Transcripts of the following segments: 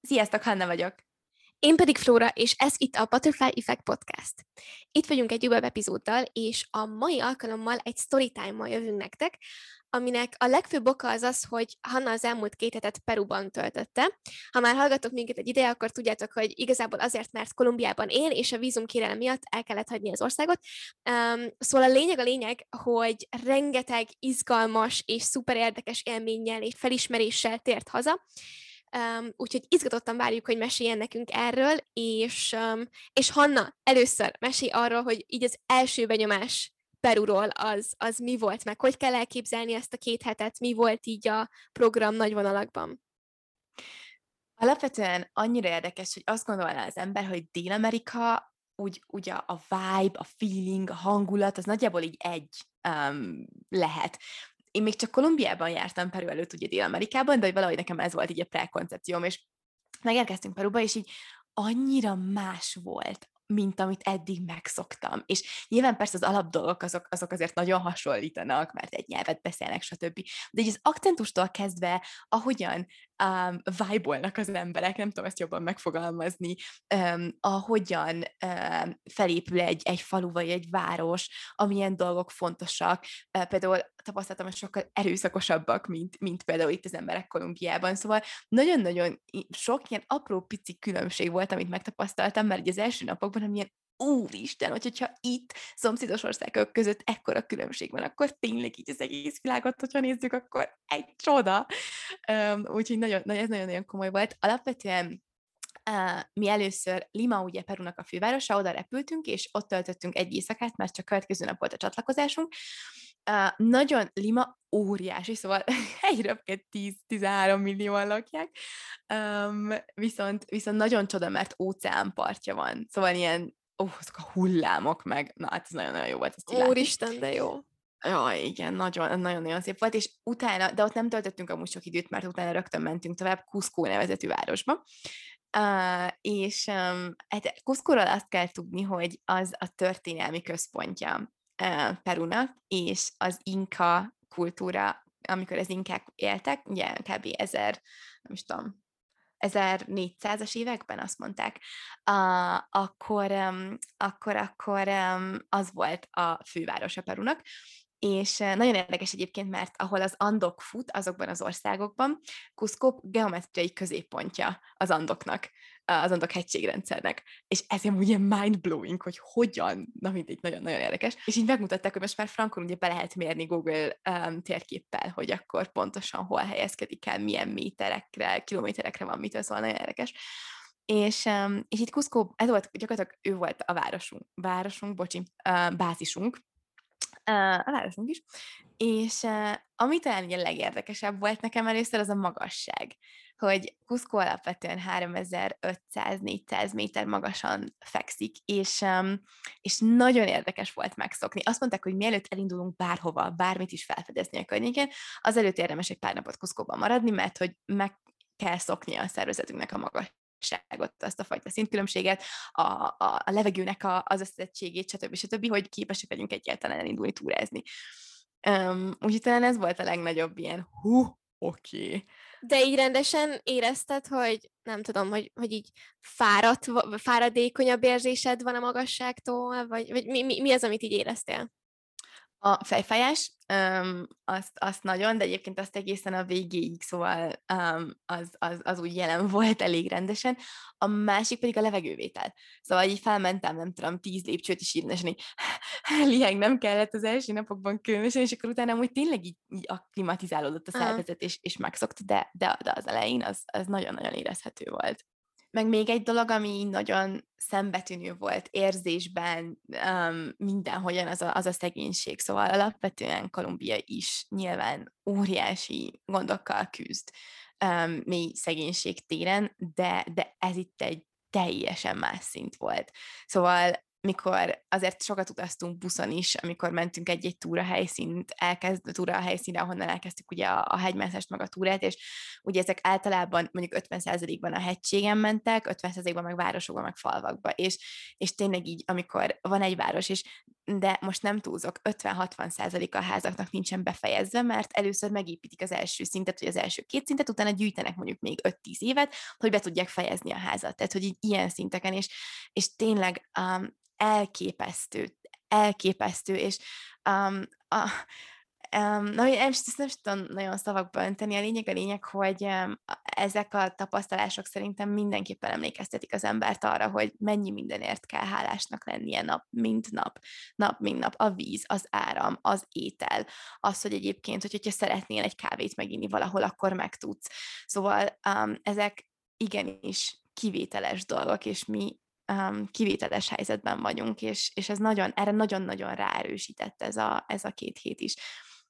Sziasztok, Hanna vagyok. Én pedig Flóra, és ez itt a Butterfly Effect Podcast. Itt vagyunk egy újabb epizóddal, és a mai alkalommal egy storytime-mal jövünk nektek, aminek a legfőbb oka az az, hogy Hanna az elmúlt 2 hetet Peruban töltötte. Ha már hallgatok minket egy ideje, akkor tudjátok, hogy igazából azért, mert Kolumbiában él, és a vízumkérelem miatt el kellett hagyni az országot. Szóval a lényeg, hogy rengeteg izgalmas és szuper érdekes élménnyel és felismeréssel tért haza. Úgyhogy izgatottan várjuk, hogy meséljen nekünk erről, és Hanna, először mesélj arról, hogy így az első benyomás Peruról az mi volt, meg hogy kell elképzelni ezt a 2 hetet, mi volt így a program nagy vonalakban. Alapvetően annyira érdekes, hogy azt gondolná az ember, hogy Dél-Amerika, úgy a vibe, a feeling, a hangulat, az nagyjából így egy lehet. Én még csak Kolumbiában jártam Peru előtt, ugye Dél-Amerikában, de hogy valahogy nekem ez volt így a prekoncepcióm, és megérkeztünk Peruba, és így annyira más volt, mint amit eddig megszoktam. És nyilván persze az alapdolgok azok azért nagyon hasonlítanak, mert egy nyelvet beszélnek, stb. De így az akcentustól kezdve, ahogyan vibe-olnak az emberek, nem tudom ezt jobban megfogalmazni, ahogyan felépül egy falu vagy egy város, amilyen dolgok fontosak. Például tapasztaltam, hogy sokkal erőszakosabbak, mint például itt az emberek Kolumbiában. Szóval nagyon-nagyon sok ilyen apró pici különbség volt, amit megtapasztaltam, mert ugye az első napokban, amilyen úristen, hogyha itt szomszédos országok között ekkora különbség van, akkor tényleg így az egész világot, hogyha nézzük, akkor egy csoda. Úgyhogy ez nagyon-nagyon komoly volt. Alapvetően mi először Lima, ugye Perunak a fővárosa, oda repültünk, és ott töltöttünk egy éjszakát, mert csak következő nap volt a csatlakozásunk. Nagyon Lima óriási, szóval egy röpke 10-13 millióan lakják, viszont nagyon csoda, mert óceánpartja van, szóval ilyen, azok a hullámok meg, na hát ez nagyon-nagyon jó volt ezt így látni. Úristen, de jó. Jaj, igen, nagyon-nagyon szép volt, és utána, de ott nem töltöttünk amúgy sok időt, mert utána rögtön mentünk tovább Cusco nevezetű városba. És hát Cuscoról azt kell tudni, hogy az a történelmi központja Perunak, és az inka kultúra, amikor az inkák éltek, ugye kb. 1400-as években azt mondták, akkor az volt a fővárosa Perunak, és nagyon érdekes egyébként, mert ahol az Andok fut, azokban az országokban, Cusco geometriai középpontja az Andoknak, az Andok hegységrendszernek. És ez ugye mind-blowing, hogy hogyan, na mindegy, nagyon-nagyon érdekes. És így megmutatták, hogy most már frankon ugye be lehet mérni Google térképpel, hogy akkor pontosan hol helyezkedik el, milyen méterekre, kilométerekre van mitől, szóval nagyon érdekes. És itt Cusco, ez volt gyakorlatilag, ő volt a bázisunk, a városunk is, és ami talán ugye legérdekesebb volt nekem először, az a magasság, hogy Cusco alapvetően 3500-400 méter magasan fekszik, és nagyon érdekes volt megszokni. Azt mondták, hogy mielőtt elindulunk bárhova, bármit is felfedezni a környéken, azelőtt érdemes egy pár napot Cuscoban maradni, mert hogy meg kell szokni a szervezetünknek a magasságot, azt a fajta szintkülönbséget, a levegőnek az összetettségét, stb., hogy képesek legyünk egyáltalán elindulni túrázni. Úgyhogy talán ez volt a legnagyobb ilyen, oké. De így rendesen érezted, hogy nem tudom, hogy így fáradékonyabb érzésed van a magasságtól, vagy mi az, amit így éreztél? A fejfájás, azt nagyon, de egyébként azt egészen a végéig, szóval az úgy jelen volt elég rendesen. A másik pedig a levegővétel. Szóval így felmentem, nem tudom, 10 lépcsőt is rendesen, így lihegnem kellett az első napokban különösen, és akkor utána úgy tényleg így akklimatizálódott a szervezet, és megszokta, de az elején az nagyon-nagyon érezhető volt. Meg még egy dolog, ami nagyon szembetűnő volt érzésben, mindenhogyan az a szegénység. Szóval alapvetően Kolumbia is nyilván óriási gondokkal küzd mély szegénység téren, de ez itt egy teljesen más szint volt. Szóval mikor azért sokat utaztunk buszon is, amikor mentünk egy-egy túrahelyszínre, ahonnan elkezdtük ugye a hegymászást, meg a túrát, és ugye ezek általában mondjuk 50%-ban a hegységen mentek, 50%-ban meg városokban, meg falvakba, és tényleg így, amikor van egy város, és de most nem túlzok, 50-60% a házaknak nincsen befejezve, mert először megépítik az első szintet, vagy az első 2 szintet, utána gyűjtenek mondjuk még 5-10 évet, hogy be tudják fejezni a házat. Tehát, hogy így ilyen szinteken, és tényleg elképesztő, és um, a, ezt nem is tudom nagyon szavakba önteni. A lényeg, hogy ezek a tapasztalások szerintem mindenképpen emlékeztetik az embert arra, hogy mennyi mindenért kell hálásnak lennie nap, mint nap. A víz, az áram, az étel, az, hogy egyébként, hogyha szeretnél egy kávét meginni valahol, akkor megtudsz. Szóval ezek igenis kivételes dolgok, és mi kivételes helyzetben vagyunk, és ez erre nagyon-nagyon ráerősített ez a 2 hét is.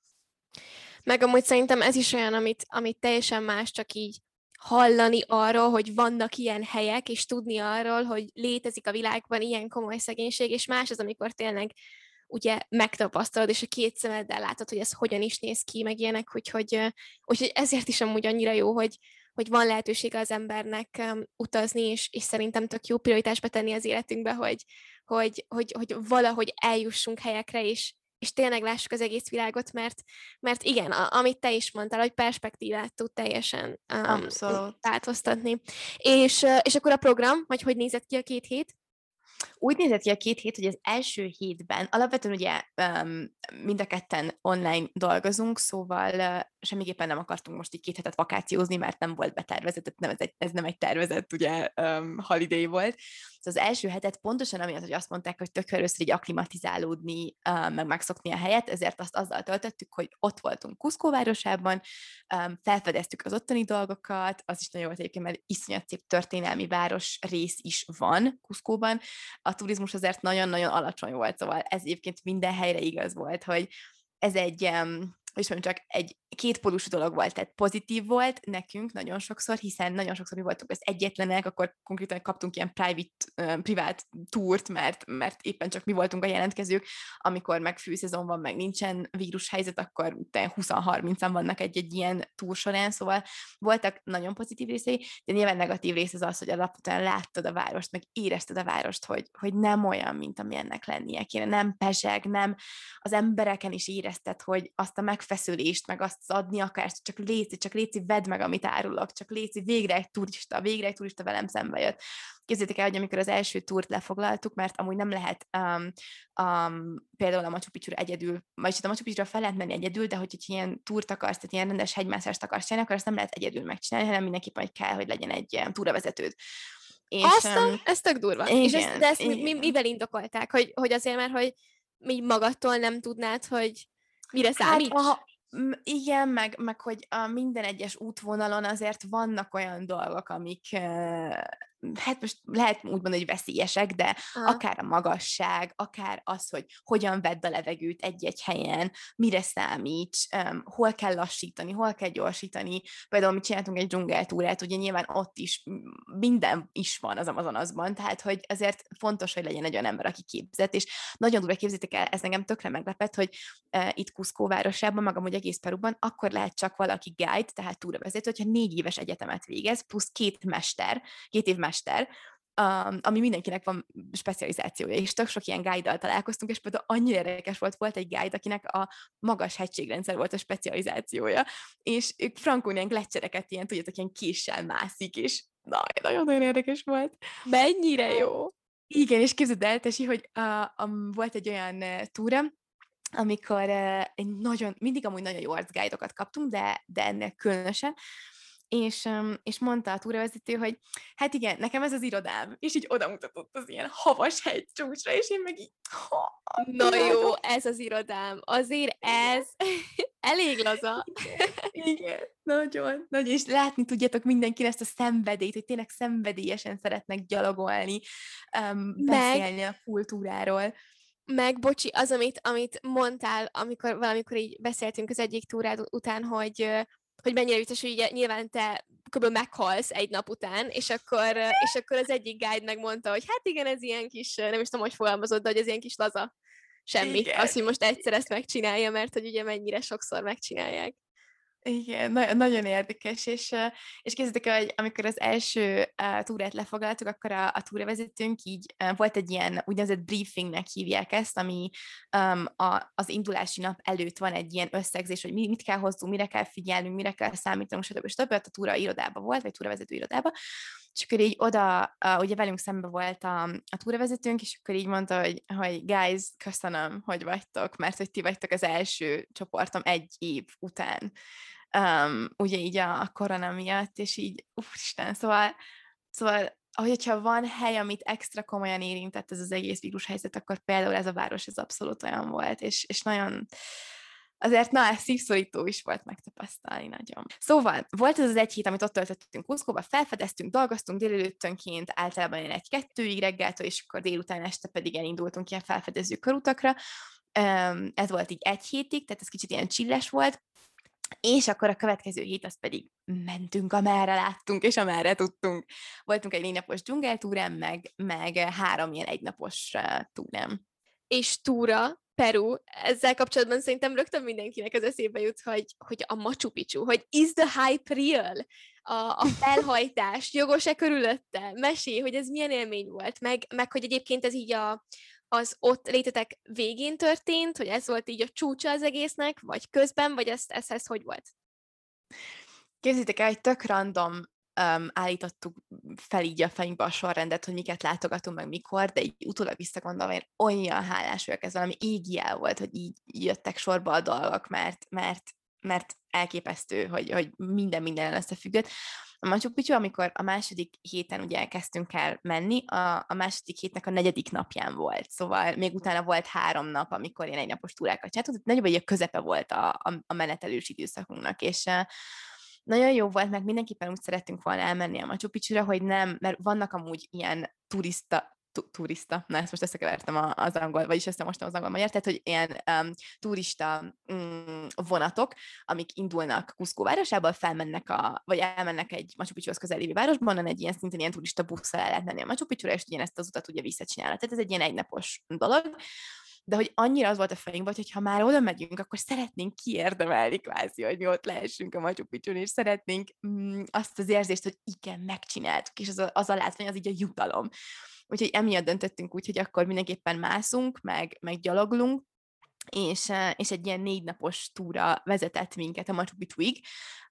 Meg amúgy szerintem ez is olyan, amit teljesen más csak így hallani arról, hogy vannak ilyen helyek, és tudni arról, hogy létezik a világban ilyen komoly szegénység, és más az, amikor tényleg ugye megtapasztalod, és a 2 szemeddel látod, hogy ez hogyan is néz ki, meg ilyenek, úgyhogy ezért is amúgy annyira jó, hogy van lehetősége az embernek utazni, és szerintem tök jó prioritásba tenni az életünkbe, hogy valahogy eljussunk helyekre, és tényleg lássuk az egész világot, mert igen, amit te is mondtál, hogy perspektívát tud teljesen változtatni. És akkor a program, vagy hogy nézett ki a 2 hét? Úgy nézett ki a 2 hét, hogy az első hétben alapvetően ugye mind a ketten online dolgozunk, szóval semmiképpen nem akartunk most így 2 hetet vakációzni, mert nem volt betervezett, ez nem egy tervezett ugye holiday volt. Szóval az első hetet pontosan amiatt, hogy azt mondták, hogy tök először így akklimatizálódni, meg megszokni a helyet, ezért azt azzal töltöttük, hogy ott voltunk Cusco városában, felfedeztük az ottani dolgokat, az is nagyon volt egyébként, mert iszonyat szép történelmi város rész is van Cuscóban. A turizmus azért nagyon-nagyon alacsony volt, szóval ez egyébként minden helyre igaz volt, hogy ez egy, és mondjuk csak egy kétpólusú dolog volt, tehát pozitív volt nekünk nagyon sokszor, hiszen nagyon sokszor mi voltunk az egyetlenek, akkor konkrétan kaptunk ilyen privát túrt, mert éppen csak mi voltunk a jelentkezők, amikor meg főszezon van, meg nincsen vírushelyzet, akkor 20-30-an vannak egy ilyen túr során, szóval voltak nagyon pozitív részei, de nyilván negatív rész az, hogy alapvetően láttad a várost, meg érezted a várost, hogy nem olyan, mint ami ennek lennie kéne, nem pezseg, nem az embereken is érezted, hogy azt a megfeszülést, meg azt adni akarsz, csak léci, vedd meg, amit árulok, csak léci, végre egy turista velem szembe jött. Képzeljétek el, hogy amikor az első túrt lefoglaltuk, mert amúgy nem lehet például a Machu Picchu egyedül, vagyis a Machu Picchu fel lehet menni egyedül, de hogyha ilyen túrt akarsz, tehát ilyen rendes hegymászást akarsz csinálni, akkor azt nem lehet egyedül megcsinálni, hanem mindenképpen hogy kell, hogy legyen egy túravezetőd. És, ez tök durva. Igen, de ezt mivel indokolták? Hogy azért, mert hogy mi magadtól nem tudnád, hogy mire számíts? Igen, meg hogy a minden egyes útvonalon azért vannak olyan dolgok, amik hát most lehet úgy mondani, hogy veszélyesek, de akár a magasság, akár az, hogy hogyan vedd a levegőt egy-egy helyen, mire számíts, hol kell lassítani, hol kell gyorsítani. Például mi csináltunk egy dzsungeltúrát, ugye nyilván ott is minden is van az Amazonasban, tehát hogy azért fontos, hogy legyen egy olyan ember, aki képzett, és nagyon durva képzétek el, ez engem tökre meglepett, hogy itt Cusco városában, magam úgy egész Peruban, akkor lehet csak valaki guide, tehát túravezető, hogyha 4 éves egyetemet végez, plusz 2 év mester, ami mindenkinek van specializációja, és tök sok ilyen guide-dal találkoztunk, és például annyira érdekes volt egy guide, akinek a magas hegységrendszer volt a specializációja, és ők frankon ilyen gletszereket ilyen, tudjátok, ilyen késsel mászik, és nagyon-nagyon érdekes volt. Mennyire jó! Igen, és képzeld el, Tesi, hogy volt egy olyan túra, amikor mindig amúgy nagyon jó arcguide-okat kaptunk, de ennek különösen, és mondta a túravezető, hogy hát igen, nekem ez az irodám, és így odamutatott az ilyen havas hegycsúcsra, és én meg így... Na jó, ez az irodám. Azért ez elég laza. Igen, nagyon, és látni tudjátok mindenki ezt a szenvedélyt, hogy tényleg szenvedélyesen szeretnek gyalogolni, beszélni a kultúráról. Meg, bocsi, az, amit mondtál, amikor valamikor így beszéltünk az egyik túrád után, hogy mennyire vicces, hogy ugye nyilván te kb. Meghalsz egy nap után, és akkor az egyik guide megmondta, hogy hát igen, ez ilyen kis, nem is tudom, hogy fogalmazott, de hogy ez ilyen kis laza semmi. Igen. Az, hogy most egyszer ezt megcsinálja, mert hogy ugye mennyire sokszor megcsinálják. Igen, nagyon érdekes, és képzeljétek el, hogy amikor az első túrát lefoglaltuk, akkor a túravezetőnk így volt egy ilyen úgynevezett briefingnek hívják ezt, ami az indulási nap előtt van egy ilyen összegzés, hogy mit kell hozzunk, mire kell figyelnünk, mire kell számítanunk, stb. A túra irodában volt, vagy túravezető irodában, és akkor így oda, ugye velünk szembe volt a túravezetőnk, és akkor így mondta, hogy guys, köszönöm, hogy vagytok, mert hogy ti vagytok az első csoportom egy év után. Ugye így a korona miatt, és így, úristen, szóval hogyha van hely, amit extra komolyan érintett ez az egész vírushelyzet, akkor például ez a város, ez abszolút olyan volt, és nagyon, azért ez szívszorító is volt megtapasztalni nagyon. Szóval volt ez az egy hét, amit ott töltöttünk Kuszkóba, felfedeztünk, dolgoztunk délelőttönként, általában ilyen 1-2-ig reggeltől, és akkor délután este pedig elindultunk ilyen felfedező körutakra. Ez volt így egy hétig, tehát ez kicsit ilyen chilles volt, és akkor a következő hét az pedig mentünk, amerre láttunk, és amerre tudtunk. Voltunk egy 4 napos dzsungeltúrán, meg 3 ilyen egynapos túrán. És túra, Peru, ezzel kapcsolatban szerintem rögtön mindenkinek az eszébe jut, hogy a Machu Picchu, hogy is the hype real? A felhajtás, jogos-e körülötte? Mesélj, hogy ez milyen élmény volt, meg hogy egyébként ez így az ott létetek végén történt, hogy ez volt így a csúcsa az egésznek, vagy közben, vagy ez hogy volt? Képzeljétek el, hogy tök random állítottuk fel így a fejünkbe a sorrendet, hogy miket látogatunk, meg mikor, de így utólag visszagondolva, én olyan hálás vagyok, ez valami égi el volt, hogy így jöttek sorba a dolgok, mert elképesztő, hogy minden összefüggött. A Machu Picchu, amikor a második héten ugye elkezdtünk el menni, a második hétnek a 4. napján volt, szóval még utána volt 3 nap, amikor ilyen egynapos túrákat csináltunk, tehát nagyobb, hogy a közepe volt a menetelős időszakunknak, és nagyon jó volt, meg mindenképpen úgy szerettünk volna elmenni a Machu Picchura, hogy nem, mert vannak amúgy ilyen turista, na ezt most összekevertem az angol, vagyis összemostam az angol-magyar, tehát hogy ilyen turista vonatok, amik indulnak Cusco városából, felmennek vagy elmennek egy Machu Picchuhoz közel lévő városban, onnan egy ilyen szintén ilyen turista busszal el lehet menni a Machu Picchura, és ugyanezt az utat ugye visszacsinálni. Tehát ez egy ilyen egynapos dolog, de hogy annyira az volt a fejünkben, hogy ha már oda megyünk, akkor szeretnénk kiérdemelni kvázi, hogy mi ott lehessünk a Machu Picchun, és szeretnénk azt az érzést, hogy igen, megcsináltuk, és az a látvány az így a jutalom. Úgyhogy emiatt döntöttünk úgy, hogy akkor mindenképpen mászunk, meg gyaloglunk, és egy ilyen 4 napos túra vezetett minket a Machu Picchuig,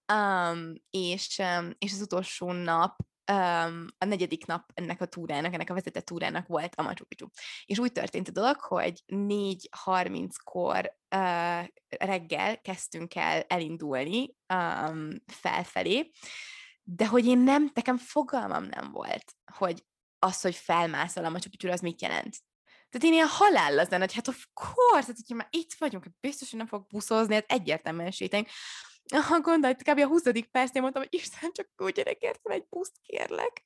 és az utolsó nap, a 4. nap ennek a túrának, ennek a vezetett túrának volt a Machu Picchu. És úgy történt a dolog, hogy 4:30-kor reggel kezdtünk el elindulni felfelé, de hogy nekem fogalmam nem volt, hogy az, hogy felmászol a Machu Picchura, az mit jelent. Tehát én ilyen halállazen, hogy hát of course, tehát hogyha már itt vagyunk, biztos, hogy nem fog buszozni, hát egyértelműen sétálunk. Gondolj, kb. A 20. percnél mondtam, hogy Isten, csak úgy gyerek, értem egy buszt, kérlek.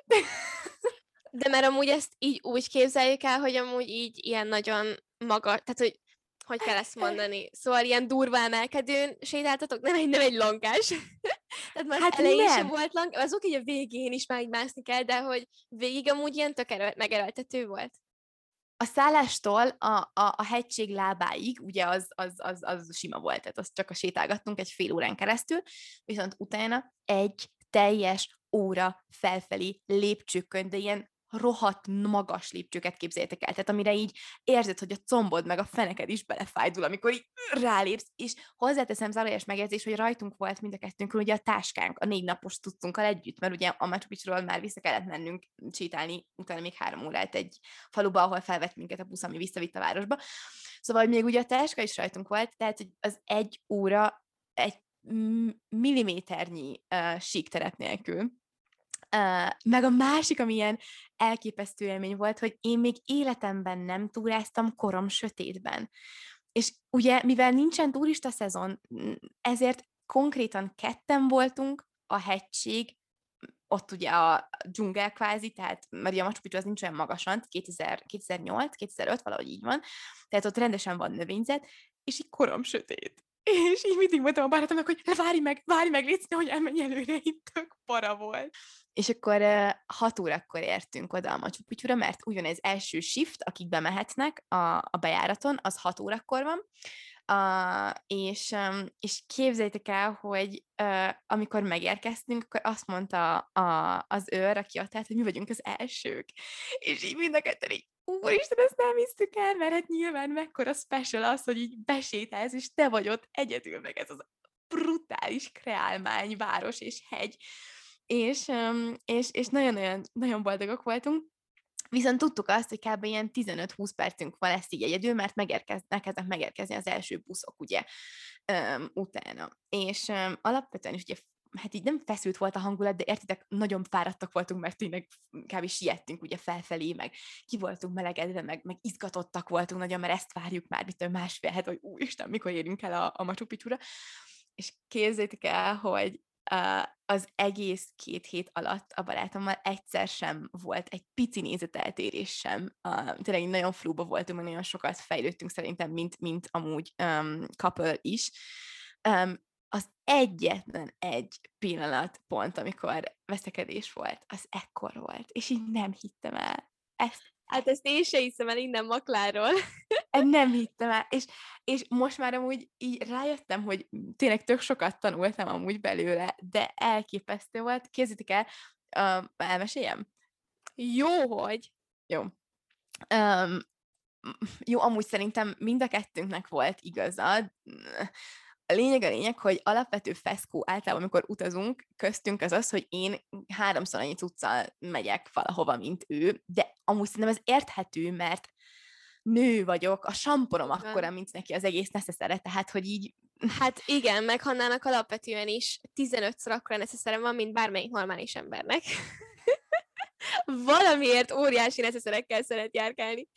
De mert amúgy ezt így úgy képzeljük el, hogy amúgy így ilyen nagyon magas, tehát hogy kell ezt mondani? Szóval ilyen durva emelkedőn sétáltatok, nem egy lankás. Tehát már Hát elején sem nem. volt lankás, azok így a végén is már így mászni kell, de hogy végig amúgy ilyen tök megerőltető volt. A szállástól a hegység lábáig, ugye az sima volt, tehát azt csak a sétálgattunk egy fél órán keresztül, viszont utána egy teljes óra felfelé lépcsőkön, de ilyen rohadt magas lépcsőket képzeljétek el, tehát amire így érzed, hogy a combod meg a feneked is belefájdul, amikor így rálépsz, és hozzáteszem zárójeles megjegyzés, hogy rajtunk volt mind a kettőnkön ugye a táskánk, a 4 napos cuccunkkal együtt, mert ugye a Machu Picchuról már vissza kellett mennünk sétálni, utána még 3 órát egy faluba, ahol felvett minket a busz, ami visszavitt a városba. Szóval hogy még ugye a táska is rajtunk volt, tehát hogy az 1 óra egy milliméternyi sík terep nélkül. Meg a másik, ami ilyen elképesztő élmény volt, hogy én még életemben nem túráztam korom sötétben. És ugye, mivel nincsen turista szezon, ezért konkrétan 2 voltunk, a hegység, ott ugye a dzsungel kvázi, tehát mert ugye a Machu Picchu az nincs olyan magasan, 2008, 2005, valahogy így van, tehát ott rendesen van növényzet, és így korom sötét. És így mindig mondtam a barátomnak, hogy várj meg, légy hogy elmenj előre, itt tök para volt. És akkor 6 órakor értünk oda a Machu Picchura, mert ugyanez első shift, akik bemehetnek a bejáraton, az 6 órakor van, És képzeljétek el, hogy amikor megérkeztünk, akkor azt mondta az őr, aki ott állt, hogy mi vagyunk az elsők. És így mind a ketten így, úristen, ezt nem hisztük el, mert hát nyilván mekkora special az, hogy így besétálsz, és te vagy ott egyedül, meg ez az brutális kreálmány, város és hegy. És nagyon-nagyon nagyon boldogok voltunk. Viszont tudtuk azt, hogy kb. Ilyen 15-20 percünk van ezt így egyedül, mert elkezdnek megérkezni az első buszok, ugye, utána. És alapvetően is ugye hát így nem feszült volt a hangulat, de értitek, nagyon fáradtak voltunk, mert tényleg kb. Siettünk ugye felfelé, meg ki voltunk melegedve, meg izgatottak voltunk nagyon, mert ezt várjuk már, mitől másfél het, hogy úristen, mikor érünk el a Machu Picchura. És képzeljétek el, hogy az egész 2 hét alatt a barátommal egyszer sem volt egy pici nézeteltérés sem. Tényleg nagyon flúba voltunk, meg nagyon sokat fejlődtünk szerintem, mint amúgy couple is. Az egyetlen egy pillanat pont, amikor veszekedés volt, az ekkor volt. És így nem hittem el. Hát ezt én se hiszem el innen Makláról. Nem hittem el, és most már amúgy így rájöttem, hogy tényleg tök sokat tanultam amúgy belőle, de elképesztő volt. Képzeljétek el, elmeséljem? Jó, hogy. Jó. Jó, amúgy szerintem mind a kettőnknek volt igaza. A lényeg, hogy alapvető feszkó általában, amikor utazunk, köztünk az, hogy én 3-szor annyi cuccal megyek valahova, mint ő, de amúgy szerintem ez érthető, mert nő vagyok, a samponom akkora, mint neki az egész neszeszere, tehát, hogy így... Hát igen, meg Hannának alapvetően is 15-szor akkora neszeszere van, mint bármelyik normális embernek. Valamiért óriási neszeszerekkel szeret járkálni.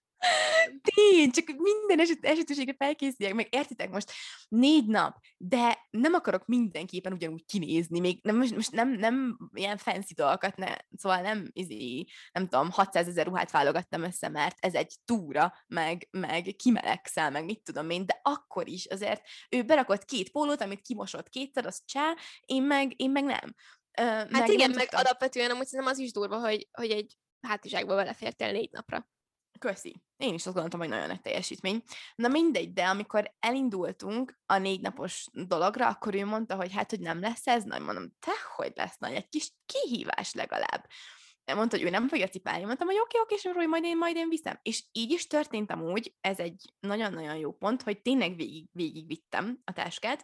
Tény, csak minden esetőségre felkészüljek, meg értitek most 4 nap, de nem akarok mindenképpen ugyanúgy kinézni, még most nem ilyen fancy dolgokat, szóval nem tudom, 600 000 ruhát válogattam össze, mert ez egy túra, meg kimelegszál, meg mit tudom én, de akkor is azért ő berakott 2 pólót, amit kimosott 2-szer, az csá, én meg nem. Hát igen, meg alapvetően amúgy szerintem az is durva, hogy egy hátizsákba belefértél 4 napra. Köszi. Én is azt gondoltam, hogy nagyon nagy teljesítmény. Na mindegy, de amikor elindultunk a 4 napos dologra, akkor ő mondta, hogy hát, hogy nem lesz ez nagy. Mondom, hogy lesz nagy, egy kis kihívás legalább. Mondta, hogy ő nem fogja cipálni. Mondtam, hogy oké, és Roy, majd én viszem. És így is történt amúgy, ez egy nagyon-nagyon jó pont, hogy tényleg végigvittem a táskát,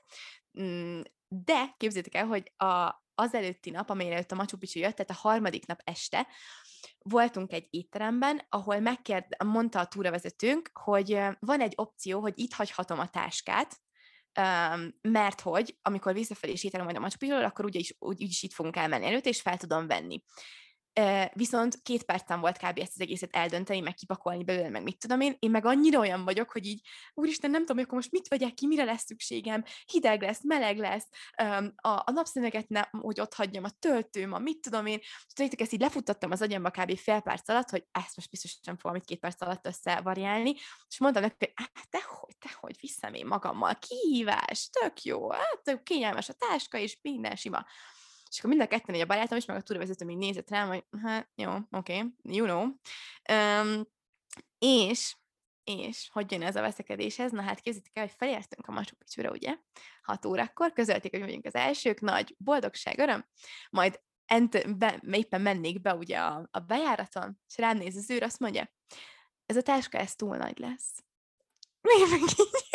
de képzeljétek el, hogy az előtti nap, amelyre előtt a Machu Picchu jött, tehát a harmadik nap este, voltunk egy étteremben, ahol mondta a túravezetőnk, hogy van egy opció, hogy itt hagyhatom a táskát, mert hogy amikor visszafelé sétálom majd a Machu Picchuról, akkor úgyis itt fogunk elmenni előtt, és fel tudom venni. Viszont 2 percem volt kb. Ezt az egészet eldönteni, meg kipakolni belőle, meg mit tudom én meg annyira olyan vagyok, hogy így, úristen, nem tudom, akkor most mit vegyek ki, mire lesz szükségem, hideg lesz, meleg lesz, a napszöveget hogy ott hagyjam, a töltőm, a mit tudom én, és ezt így lefuttattam az agyamba kb. Fél perc alatt, hogy ezt most biztos nem fogom itt 2 perc alatt összevariálni, és mondtam neki, hogy tehogy viszem én magammal, kihívás, tök jó, hát tök kényelmes a táska, és minden sima. És akkor mind a ketten, a barátom is, meg a túravezető még nézett rám, hogy hát jó, oké, you know. És hogy jön ez a veszekedéshez? Na hát képzeljétek el, hogy felértünk a Machu Picchura, ugye? 6 órakor, közölték, hogy vagyunk az elsők, nagy boldogság, öröm. Majd éppen mennék be ugye a bejáraton, és rám néz az őr, azt mondja, ez a táska, ez túl nagy lesz. Még meg így.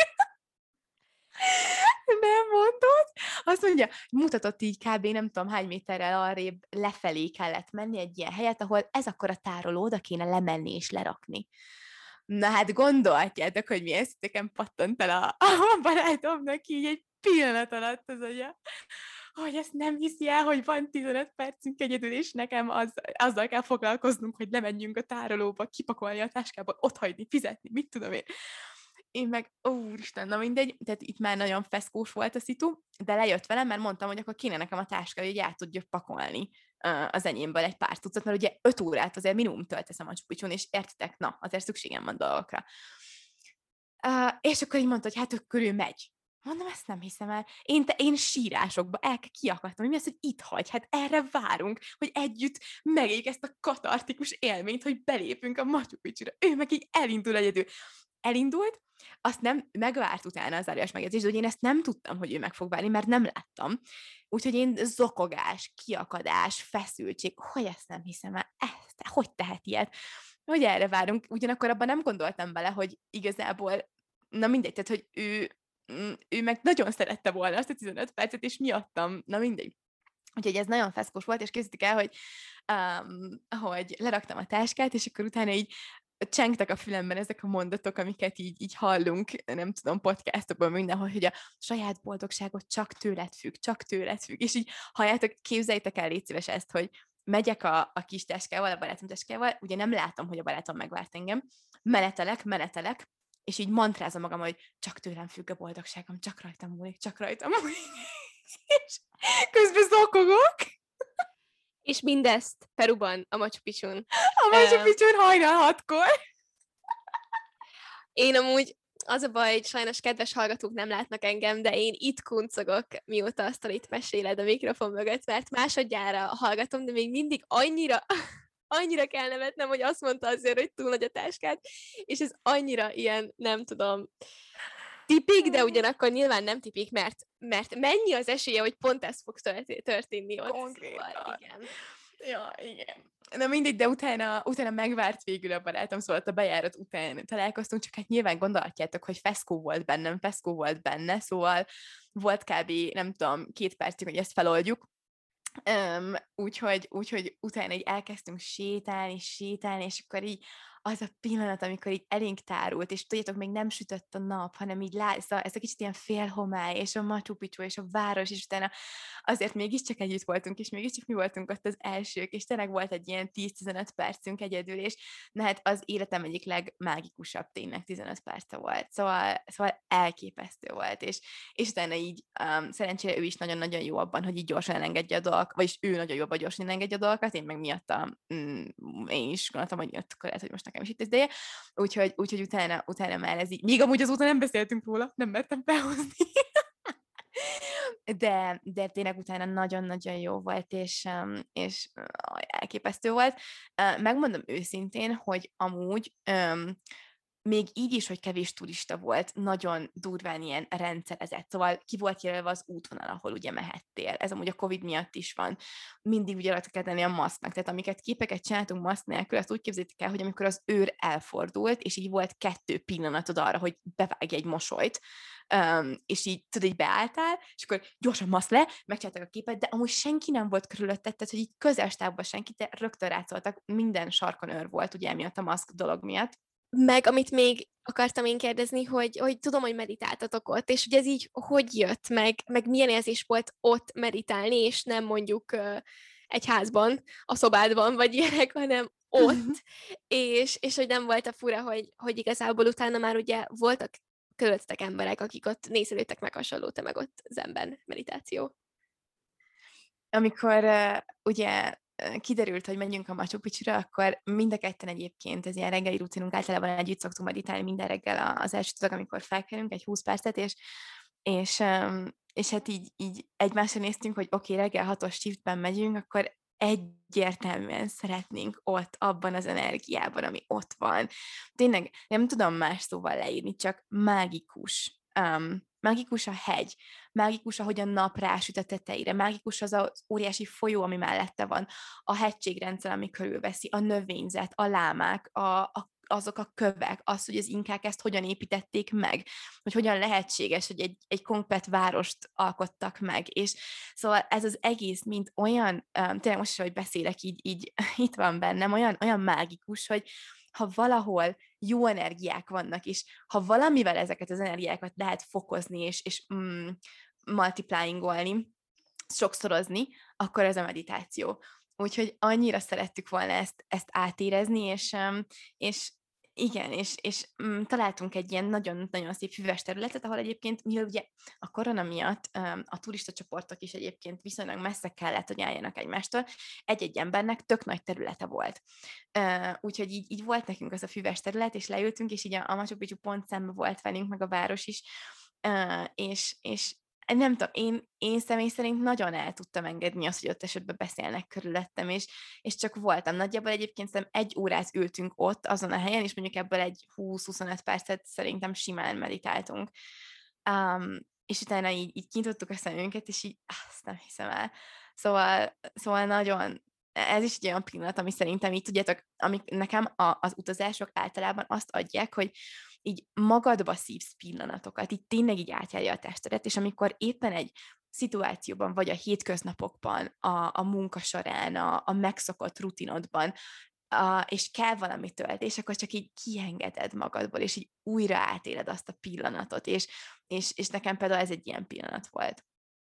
Nem mondod? Azt mondja, mutatott így kb. Nem tudom hány méterrel arrébb lefelé kellett menni egy ilyen helyet, ahol ez akkor a tároló, oda kéne lemenni és lerakni. Na hát gondolhatjátok, hogy milyen szinteken pattant el a barátomnak így egy pillanat alatt az agya, hogy ezt nem hiszi el, hogy van 15 percünk egyedül, és nekem azzal kell foglalkoznunk, hogy lemenjünk a tárolóba, kipakolni a táskából, otthagyni, fizetni, mit tudom én meg, úristen, na mindegy, tehát itt már nagyon feszkós volt a szitu, de lejött velem, mert mondtam, hogy akkor kéne nekem a táska, hogy át tudjuk pakolni az enyémből egy pár tucat, mert ugye 5 órát azért minimum töltesz a Machu Picchun, és értitek, na, azért szükségem van dolgokra. És akkor így mondta, hogy hát körül megy. Mondom, ezt nem hiszem el. Én sírásokba kiakadtam, hogy mi az, hogy itt hagy, hát erre várunk, hogy együtt megéljük ezt a katartikus élményt, hogy belépünk a Machu Picchura. Ő meg így elindul egyedül. elindult, azt nem megvárt utána az zárójeles megjegyzés, de hogy én ezt nem tudtam, hogy ő meg fog várni, mert nem láttam. Úgyhogy én zokogás, kiakadás, feszültség, hogy ezt nem hiszem el, ezt, hogy tehet ilyet? Hogy erre várunk, ugyanakkor abban nem gondoltam bele, hogy igazából, na mindegy, tehát, hogy ő meg nagyon szerette volna azt a 15 percet, és miattam, na mindegy. Úgyhogy ez nagyon feszkos volt, és készítik el, hogy leraktam a táskát, és akkor utána így csengtek a fülemben ezek a mondatok, amiket így hallunk, nem tudom, podcastokban mindenhol, hogy a saját boldogságot csak tőled függ. És így halljátok, képzeljétek el, légy szíves ezt, hogy megyek a kis táskával, a barátom táskával, ugye nem látom, hogy a barátom megvárt engem, menetelek, és így mantrázom magam, hogy csak tőlem függ a boldogságom, csak rajtam múlik. És közben zokogok. És mindezt Peruban, a Machu Picchun. A Machu Picchun hajnal 6-kor. Én amúgy, az a baj, hogy sajnos kedves hallgatók nem látnak engem, de én itt kuncogok, mióta azt itt meséled a mikrofon mögött, mert másodjára hallgatom, de még mindig annyira kell nevetnem, hogy azt mondta azért, hogy túl nagy a táskát, és ez annyira ilyen, nem tudom, tipik, de ugyanakkor nyilván nem tipik, mert mennyi az esélye, hogy pont ez fog történni ott. Szóval, igen. Ja, igen. Na mindegy, de utána megvárt végül a barátom, szóval a bejárat után találkoztunk, csak hát nyilván gondolhatjátok, hogy feszkó volt benne, szóval volt kb. Nem tudom, 2 percig, hogy ezt feloldjuk. Úgyhogy utána így elkezdtünk sétálni, és akkor így az a pillanat, amikor így elénk tárult, és tudjátok, még nem sütött a nap, hanem így szóval ez a kicsit ilyen félhomály, és a Machu Picchu, és a város, és utána azért mégiscsak együtt voltunk, és mégiscsak mi voltunk ott az elsők, és tényleg volt egy ilyen 10-15 percünk egyedül, és na hát az életem egyik legmágikusabb tényleg 15 perce volt. Szóval elképesztő volt, és utána így szerencsére ő is nagyon-nagyon jó abban, hogy így gyorsan elengedje a dolgokat, vagyis ő nagyon jó abban, hogy gyorsan elengedje a dolgokat, én meg miatta én is gondoltam, hogy akkor lehet, hogy most nekem is itt az ideje. Úgyhogy utána már ez így, még amúgy azóta nem beszéltünk róla, nem mertem felhozni. De tényleg utána nagyon-nagyon jó volt, és elképesztő volt. Megmondom őszintén, hogy amúgy még így is, hogy kevés turista volt, nagyon durván ilyen rendszerezett. Szóval ki volt jelölve az útvonal, ahol ugye mehettél. Ez amúgy a Covid miatt is van. Mindig ugye rajta kell tenni a maszknak. Tehát amiket képeket csináltunk maszk nélkül, azt úgy képzeljétek el, hogy amikor az őr elfordult, és így volt 2 pillanatod arra, hogy bevágj egy mosolyt, és így tudod, így beálltál, és akkor gyorsan maszk le, megcsináltak a képet, de amúgy senki nem volt körülötted, tehát hogy így közös távban senki, de rögtön rátszoltak, minden sarkon őr volt, ugye emiatt a maszk dolog miatt. Meg amit még akartam én kérdezni, hogy tudom, hogy meditáltatok ott, és hogy ez így hogy jött, meg milyen érzés volt ott meditálni, és nem mondjuk egy házban, a szobádban, vagy ilyenek, hanem ott, és hogy nem volt a fura, hogy igazából utána már ugye voltak körülöttetek emberek, akik ott nézelődtek meg hasonló, te meg ott zenben meditáció. Amikor ugye kiderült, hogy megyünk a Machu Picchura, akkor mind a ketten egyébként, ez ilyen reggeli rutinunk, általában együtt szoktunk meditálni minden reggel az első tudag, amikor felkelünk, egy 20 percet, és hát így egymásra néztünk, hogy oké, reggel 6-os shiftben megyünk, akkor egyértelműen szeretnénk ott, abban az energiában, ami ott van. Tényleg nem tudom más szóval leírni, csak mágikus. Mágikus a hegy, mágikus, ahogy a nap rásüt a tetejére, mágikus az óriási folyó, ami mellette van, a hegységrendszer, ami körülveszi, a növényzet, a lámák, azok a kövek, az, hogy az inkák ezt hogyan építették meg, hogy hogyan lehetséges, hogy egy komplett várost alkottak meg, és szóval ez az egész, mint olyan, tényleg most is, hogy beszélek, így itt van bennem, olyan mágikus, hogy ha valahol jó energiák vannak, és ha valamivel ezeket az energiákat lehet fokozni, és multiplyingolni, sokszorozni, akkor ez a meditáció. Úgyhogy annyira szerettük volna ezt átérezni, és igen, és találtunk egy ilyen nagyon-nagyon szép füves területet, ahol egyébként, mivel ugye a korona miatt a turista csoportok is egyébként viszonylag messze kellett, hogy álljanak egymástól, egy-egy embernek tök nagy területe volt. Úgyhogy így volt nekünk az a füves terület, és leültünk, és így a Machu Picchu pont szembe volt velünk, meg a város is, és nem tudom, én személy szerint nagyon el tudtam engedni azt, hogy ott esetben beszélnek körülöttem, és csak voltam. Nagyjából egyébként szerintem 1 órát ültünk ott azon a helyen, és mondjuk ebből egy 20-25 percet szerintem simán meditáltunk. És utána így kinyitottuk a szemünket, és így azt nem hiszem el. Szóval nagyon, ez is egy olyan pillanat, ami szerintem így, tudjátok, amik nekem az utazások általában azt adják, hogy így magadba szívsz pillanatokat, így tényleg így átjárja a testedet, és amikor éppen egy szituációban, vagy a hétköznapokban, a munka során, a megszokott rutinodban, és kell valami töltés, akkor csak így kiengeded magadból, és így újra átéled azt a pillanatot, és nekem például ez egy ilyen pillanat volt.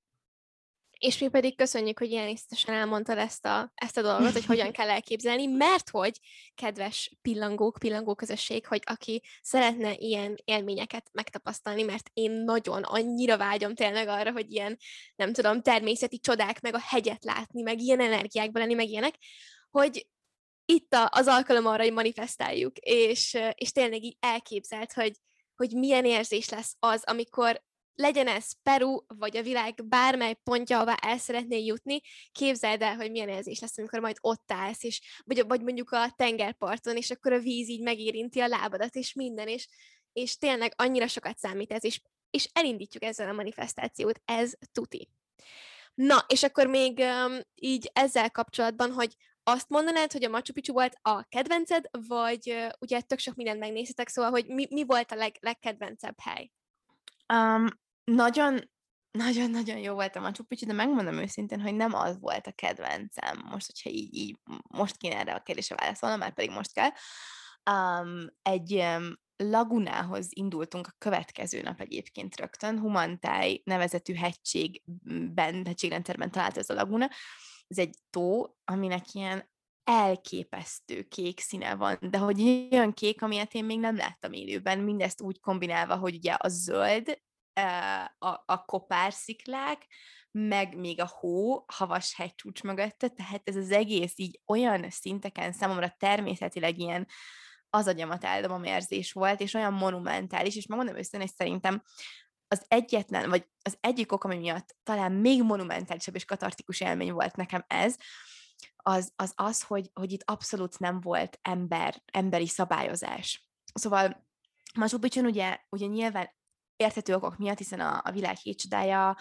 És mi pedig köszönjük, hogy ilyen részletesen elmondtad ezt a dolgot, hogy hogyan kell elképzelni, mert hogy, kedves pillangó közösség, hogy aki szeretne ilyen élményeket megtapasztalni, mert én nagyon annyira vágyom tényleg arra, hogy ilyen, nem tudom, természeti csodák, meg a hegyet látni, meg ilyen energiákban lenni, meg ilyenek, hogy itt az alkalom arra, hogy manifestáljuk, és tényleg így elképzelt, hogy milyen érzés lesz az, amikor legyen ez Peru, vagy a világ bármely pontja, ahová el szeretnél jutni, képzeld el, hogy milyen érzés lesz, amikor majd ott állsz, vagy mondjuk a tengerparton, és akkor a víz így megérinti a lábadat, és minden, és tényleg annyira sokat számít ez, és elindítjuk ezzel a manifestációt, ez tuti. Na, és akkor még így ezzel kapcsolatban, hogy azt mondanád, hogy a Machu Picchu volt a kedvenced, vagy ugye tök sok mindent megnéztetek, szóval, hogy mi volt a legkedvencebb hely? Nagyon, nagyon-nagyon jó volt a Machu Picchu, de megmondom őszintén, hogy nem az volt a kedvencem. Most, hogyha így most kéne erre a kérdésre válaszolnom, már pedig most kell. Egy lagunához indultunk a következő nap egyébként rögtön. Humantáj nevezetű hegységrendszerben talált ez a laguna. Ez egy tó, aminek ilyen elképesztő kék színe van, de hogy olyan kék, amilyet én még nem láttam élőben, mindezt úgy kombinálva, hogy ugye a zöld, a kopársziklák, meg még a hó, havas hegycsúcs mögötte, tehát ez az egész így olyan szinteken számomra természetileg ilyen az agyamat eldobom érzés volt, és olyan monumentális, és megmondom őszintén, hogy szerintem az egyetlen, vagy az egyik ok, ami miatt talán még monumentálisabb és katartikus élmény volt nekem ez, az, hogy itt abszolút nem volt emberi szabályozás. Szóval Machu Picchun ugye nyilván érthető okok miatt, hiszen a világ hét csodája,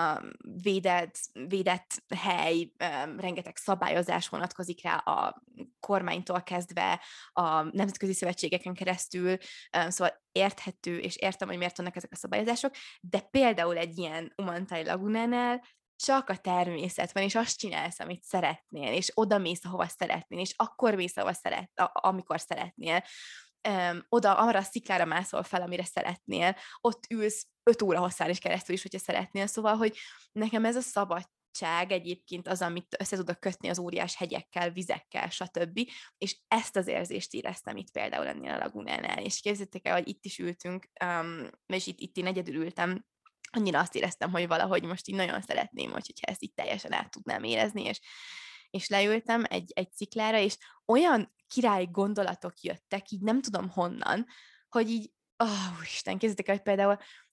védett hely, rengeteg szabályozás vonatkozik rá a kormánytól kezdve, a nemzetközi szövetségeken keresztül, szóval érthető, és értem, hogy miért vannak ezek a szabályozások, de például egy ilyen Umantai lagunánál csak a természet van, és azt csinálsz, amit szeretnél, és oda mész, ahova szeretnél, és akkor mész, amikor szeretnél. Oda, arra a sziklára mászol fel, amire szeretnél, ott ülsz 5 óra hosszán is keresztül is, hogyha szeretnél, szóval, hogy nekem ez a szabadság egyébként az, amit össze tudok kötni az óriás hegyekkel, vizekkel, stb. És ezt az érzést éreztem itt például ennél a lagunánál, és képzeljétek el, hogy itt is ültünk, és itt én egyedül ültem, annyira azt éreztem, hogy valahogy most így nagyon szeretném, hogyha ezt itt teljesen át tudnám érezni, és leültem egy sziklára, és olyan király gondolatok jöttek, így nem tudom honnan, hogy így, Isten, képzeljétek el, hogy például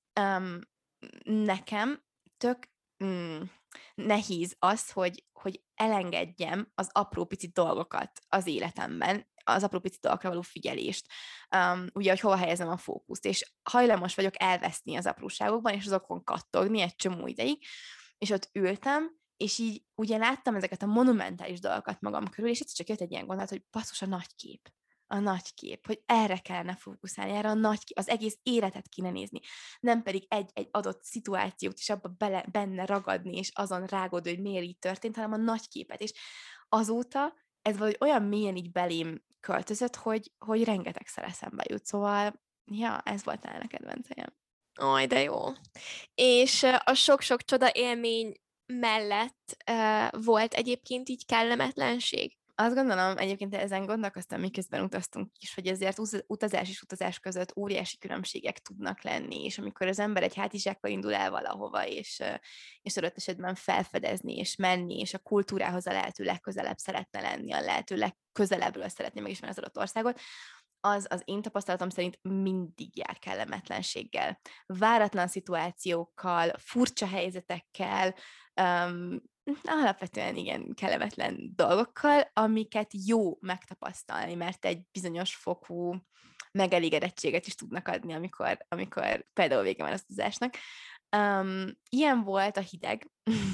nekem tök nehéz az, hogy elengedjem az apró pici dolgokat az életemben, az apró pici dolgokra való figyelést, ugye, hogy hova helyezem a fókuszt, és hajlamos vagyok elveszni az apróságokban, és azokon kattogni egy csomó ideig, és ott ültem, és így ugye láttam ezeket a monumentális dolgokat magam körül, és egyszer csak jött egy ilyen gondolat, hogy basszus, a nagy kép, hogy erre kellene fókuszálni, erre a nagy kép, az egész életet kéne nézni, nem pedig egy adott szituációt is abba benne ragadni, és azon rágódni, hogy miért így történt, hanem a nagy képet, és azóta ez valahogy olyan mélyen így belém költözött, hogy rengetegszer eszembe jut, szóval ja, ez volt talán a kedvencem. Aj, de jó. És a sok-sok csoda élmény mellett volt egyébként így kellemetlenség? Azt gondolom, egyébként ezen gondolkoztam, miközben utaztunk is, hogy ezért utazás és utazás között óriási különbségek tudnak lenni, és amikor az ember egy hátizsákkal indul el valahova, és adott esetben felfedezni, és menni, és a kultúrához a lehető legközelebb szeretne lenni, a lehető legközelebbről szeretné megismerni az adott országot, az én tapasztalatom szerint mindig jár kellemetlenséggel. Váratlan szituációkkal, furcsa helyzetekkel, alapvetően igen kellemetlen dolgokkal, amiket jó megtapasztalni, mert egy bizonyos fokú megelégedettséget is tudnak adni, amikor például vége van az utazásnak. Ilyen volt a hideg.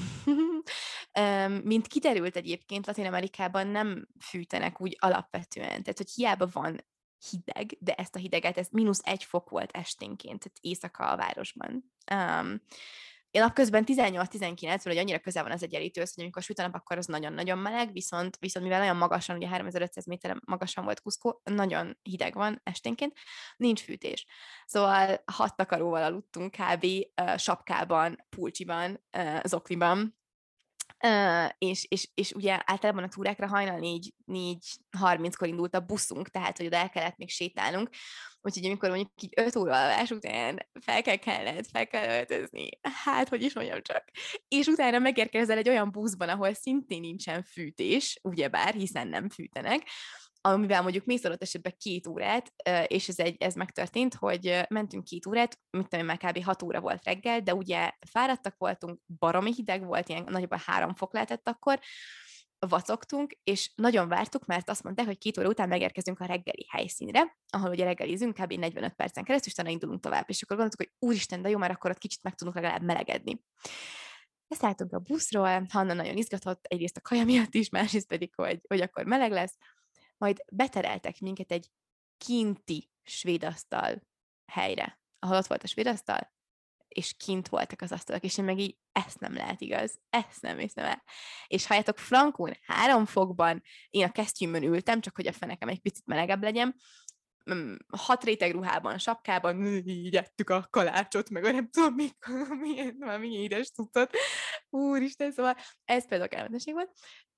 Mint kiderült egyébként, Latin-Amerikában nem fűtenek úgy alapvetően. Tehát, hogy hiába van hideg, de ezt a hideget, ez -1 fok volt esténként, tehát éjszaka a városban. Én napközben 18-19, vagy annyira közel van az egyenlítőhöz, hogy amikor süt a nap, akkor az nagyon-nagyon meleg, viszont mivel nagyon magasan, ugye 3500 méter magasan volt Cusco, nagyon hideg van esténként, nincs fűtés. Szóval 6 takaróval aludtunk kb. Sapkában, pulcsiban, zokniban, és ugye általában a túrákra hajnal 4:30-kor indult a buszunk, tehát hogy oda el kellett még sétálnunk, úgyhogy amikor mondjuk így 5 óra alvás után fel kell öltözni, hát hogy is mondjam csak, és utána megérkezel egy olyan buszban, ahol szintén nincsen fűtés, ugyebár, hiszen nem fűtenek, amivel mondjuk mész adott esetben 2 órát, és ez megtörtént, hogy mentünk 2 órát, mit tudom én, már kb. 6 óra volt reggel, de ugye fáradtak voltunk, baromi hideg volt, ilyen nagyjából 3 fok lehetett akkor, vacogtunk, és nagyon vártuk, mert azt mondták, hogy 2 óra után megérkezünk a reggeli helyszínre, ahol ugye reggelizünk, kb. 45 percen keresztül, és utána indulunk tovább, és akkor gondoltuk, hogy úristen, de jó, már akkor ott kicsit meg tudunk legalább melegedni. Leszálltunk a buszról, Hanna nagyon izgatott, egyrészt a kaja miatt is, másrészt pedig, hogy akkor meleg lesz, majd betereltek minket egy kinti svédasztal helyre, ahol ott volt a svédasztal, és kint voltak az asztalok, és én meg így, ezt nem lehet igaz, ezt nem hiszem el. És halljátok, frankón 3 fokban, én a kesztyűmön ültem, csak hogy a fenekem egy picit melegebb legyen, 6 réteg ruhában, sapkában, így ettük a kalácsot, meg a nem tudom, milyen édes cuccot. Úristen, szóval ez például kellemetesség volt.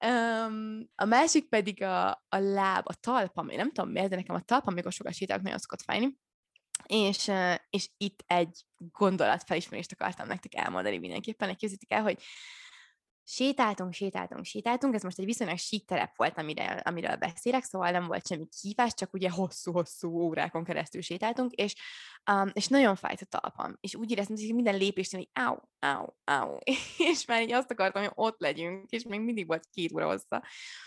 A másik pedig a láb, a talpam, én nem tudom miért, de nekem a talpam, amikor sokat sétálok, nagyon szokott fájni. És itt egy gondolatfelismerést akartam nektek elmondani mindenképpen, hogy képzeljétek el, hogy sétáltunk, ez most egy viszonylag sík terep volt, amiről beszélek, szóval nem volt semmi kihívás, csak ugye hosszú-hosszú órákon keresztül sétáltunk, és nagyon fájt a talpam, és úgy éreztem, hogy minden lépésnél így áu, és már így azt akartam, hogy ott legyünk, és még mindig volt 2 óra hossza.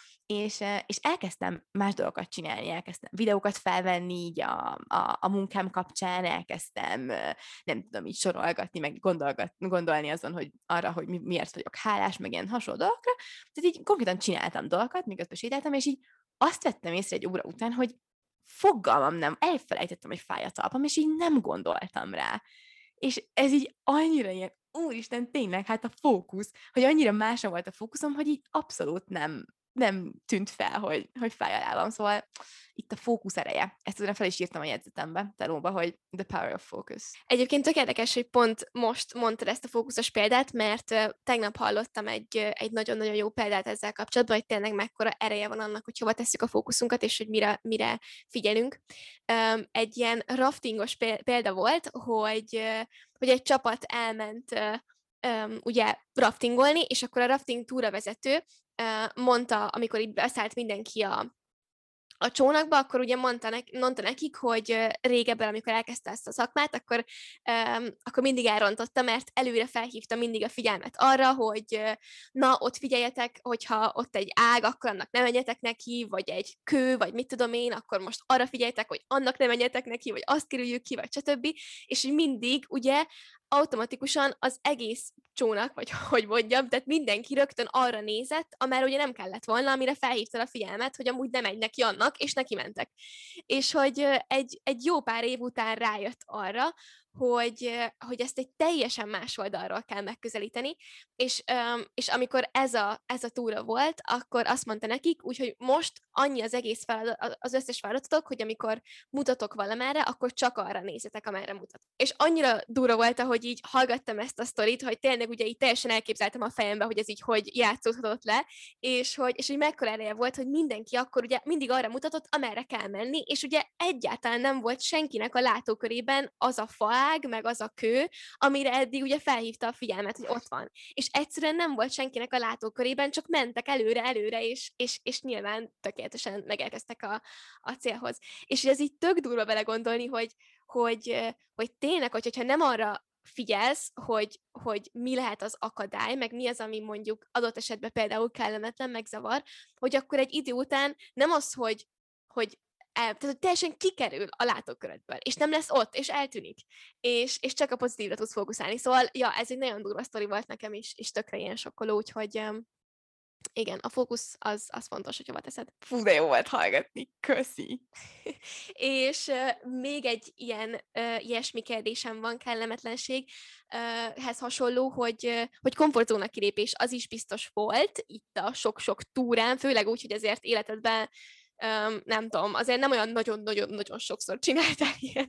És elkezdtem más dolgokat csinálni, elkezdtem videókat felvenni így a munkám kapcsán, elkezdtem, nem tudom, így sorolgatni, meg gondolni azon, hogy arra, hogy miért vagyok hálás, meg ilyen hasonló dolgokra. Tehát így konkrétan csináltam dolgokat, miközben sétáltam, és így azt vettem észre egy óra után, hogy fogalmam nem, elfelejtettem, hogy fáj a talpam, és így nem gondoltam rá. És ez így annyira ilyen, úristen, tényleg, hát a fókusz, hogy annyira máson volt a fókuszom, hogy így abszolút nem tűnt fel, hogy fáj a lábam. Szóval itt a fókusz ereje. Ezt utána fel is írtam a jegyzetembe, telóba, hogy the power of focus. Egyébként tök érdekes, hogy pont most mondtad ezt a fókuszos példát, mert tegnap hallottam egy nagyon-nagyon jó példát ezzel kapcsolatban, hogy tényleg mekkora ereje van annak, hogy hova tesszük a fókuszunkat, és hogy mire figyelünk. Egy ilyen raftingos példa volt, hogy egy csapat elment ugye raftingolni, és akkor a rafting túravezető mondta, amikor így beszállt mindenki a csónakba, akkor ugye mondta nekik, hogy régebben, amikor elkezdte ezt a szakmát, akkor mindig elrontotta, mert előre felhívta mindig a figyelmet arra, hogy na, ott figyeljetek, hogyha ott egy ág, akkor annak ne menjetek neki, vagy egy kő, vagy mit tudom én, akkor most arra figyeljetek, hogy annak ne menjetek neki, vagy azt kerüljük ki, vagy stb. És mindig ugye automatikusan az egész csónak, vagy hogy mondjam, tehát mindenki rögtön arra nézett, amerre ugye nem kellett volna, amire felhívta a figyelmet, hogy amúgy nem megy neki annak, és neki mentek. És hogy egy jó pár év után rájött arra, hogy ezt egy teljesen más oldalról kell megközelíteni, és amikor ez a túra volt, akkor azt mondta nekik, úgyhogy most annyi az egész az összes feladatotok, hogy amikor mutatok valamerre, akkor csak arra nézzetek, amerre mutatok. És annyira durva volt, ahogy így hallgattam ezt a sztorit, hogy tényleg ugye így teljesen elképzeltem a fejembe, hogy ez így hogy játszódhatott le, és hogy mekkora ereje volt, hogy mindenki akkor ugye mindig arra mutatott, amerre kell menni, és ugye egyáltalán nem volt senkinek a látókörében az a faág, ág, meg az a kő, amire eddig ugye felhívta a figyelmet, hogy ott van. És egyszerűen nem volt senkinek a látókörében, csak mentek előre, és nyilván tökéletesen megérkeztek a célhoz. És ez így tök durva belegondolni, hogy tényleg, hogyha nem arra figyelsz, hogy mi lehet az akadály, meg mi az, ami mondjuk adott esetben például kellemetlen, meg zavar, hogy akkor egy idő után nem az, tehát, hogy teljesen kikerül a látókörödből, és nem lesz ott, és eltűnik, és csak a pozitívra tudsz fókuszálni. Szóval, ja, ez egy nagyon durva sztori volt nekem is, és tökre ilyen sokkoló, úgyhogy igen, a fókusz az fontos, hogy hova teszed. Fú, de jó volt hallgatni. Köszi. És még egy ilyesmi kérdésem van, kellemetlenséghez hasonló, hogy komfortzóna kilépés az is biztos volt itt a sok-sok túrán, főleg úgy, hogy azért életedben nem tudom, azért nem olyan nagyon-nagyon-nagyon sokszor csináltál ilyen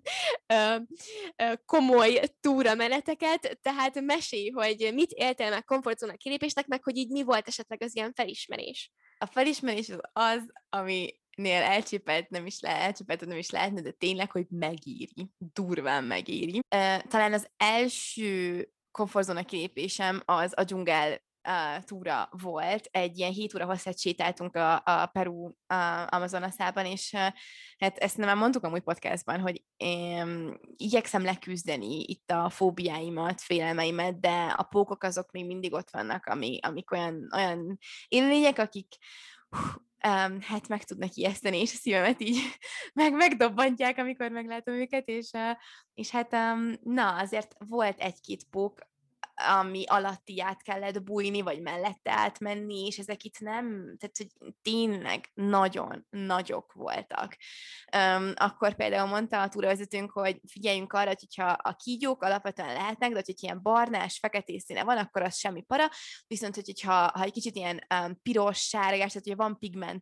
komoly túrameneteket, tehát mesélj, hogy mit éltél meg komfortzóna kilépésnek, meg hogy így mi volt esetleg az ilyen felismerés. A felismerés az, aminél elcsépelt nem is lehetne, de tényleg, hogy megéri. Durván megéri. Talán az első komfortzóna kilépésem az a dzsungel túra volt. Egy ilyen 7 óra hosszát sétáltunk a Peru Amazonaszában, és hát ezt nem mondtuk amúgy podcastban, hogy én igyekszem leküzdeni itt a fóbiáimat, félelmeimet, de a pókok azok még mindig ott vannak, amik olyan élőlények, akik hát meg tudnak ijeszteni, és a szívemet így megdobbantják, amikor meglátom őket, és hát na, azért volt egy-két pók, ami alatt így át kellett bújni, vagy mellette átmenni, és ezek itt nem, tehát hogy tényleg nagyon nagyok voltak. Akkor például mondta a túravezetőnk, hogy figyeljünk arra, hogyha a kígyók alapvetően lehetnek, de hogyha ilyen barnás, feketés színe van, akkor az semmi para, viszont hogyha egy kicsit ilyen piros, sárgás, tehát hogyha van pigment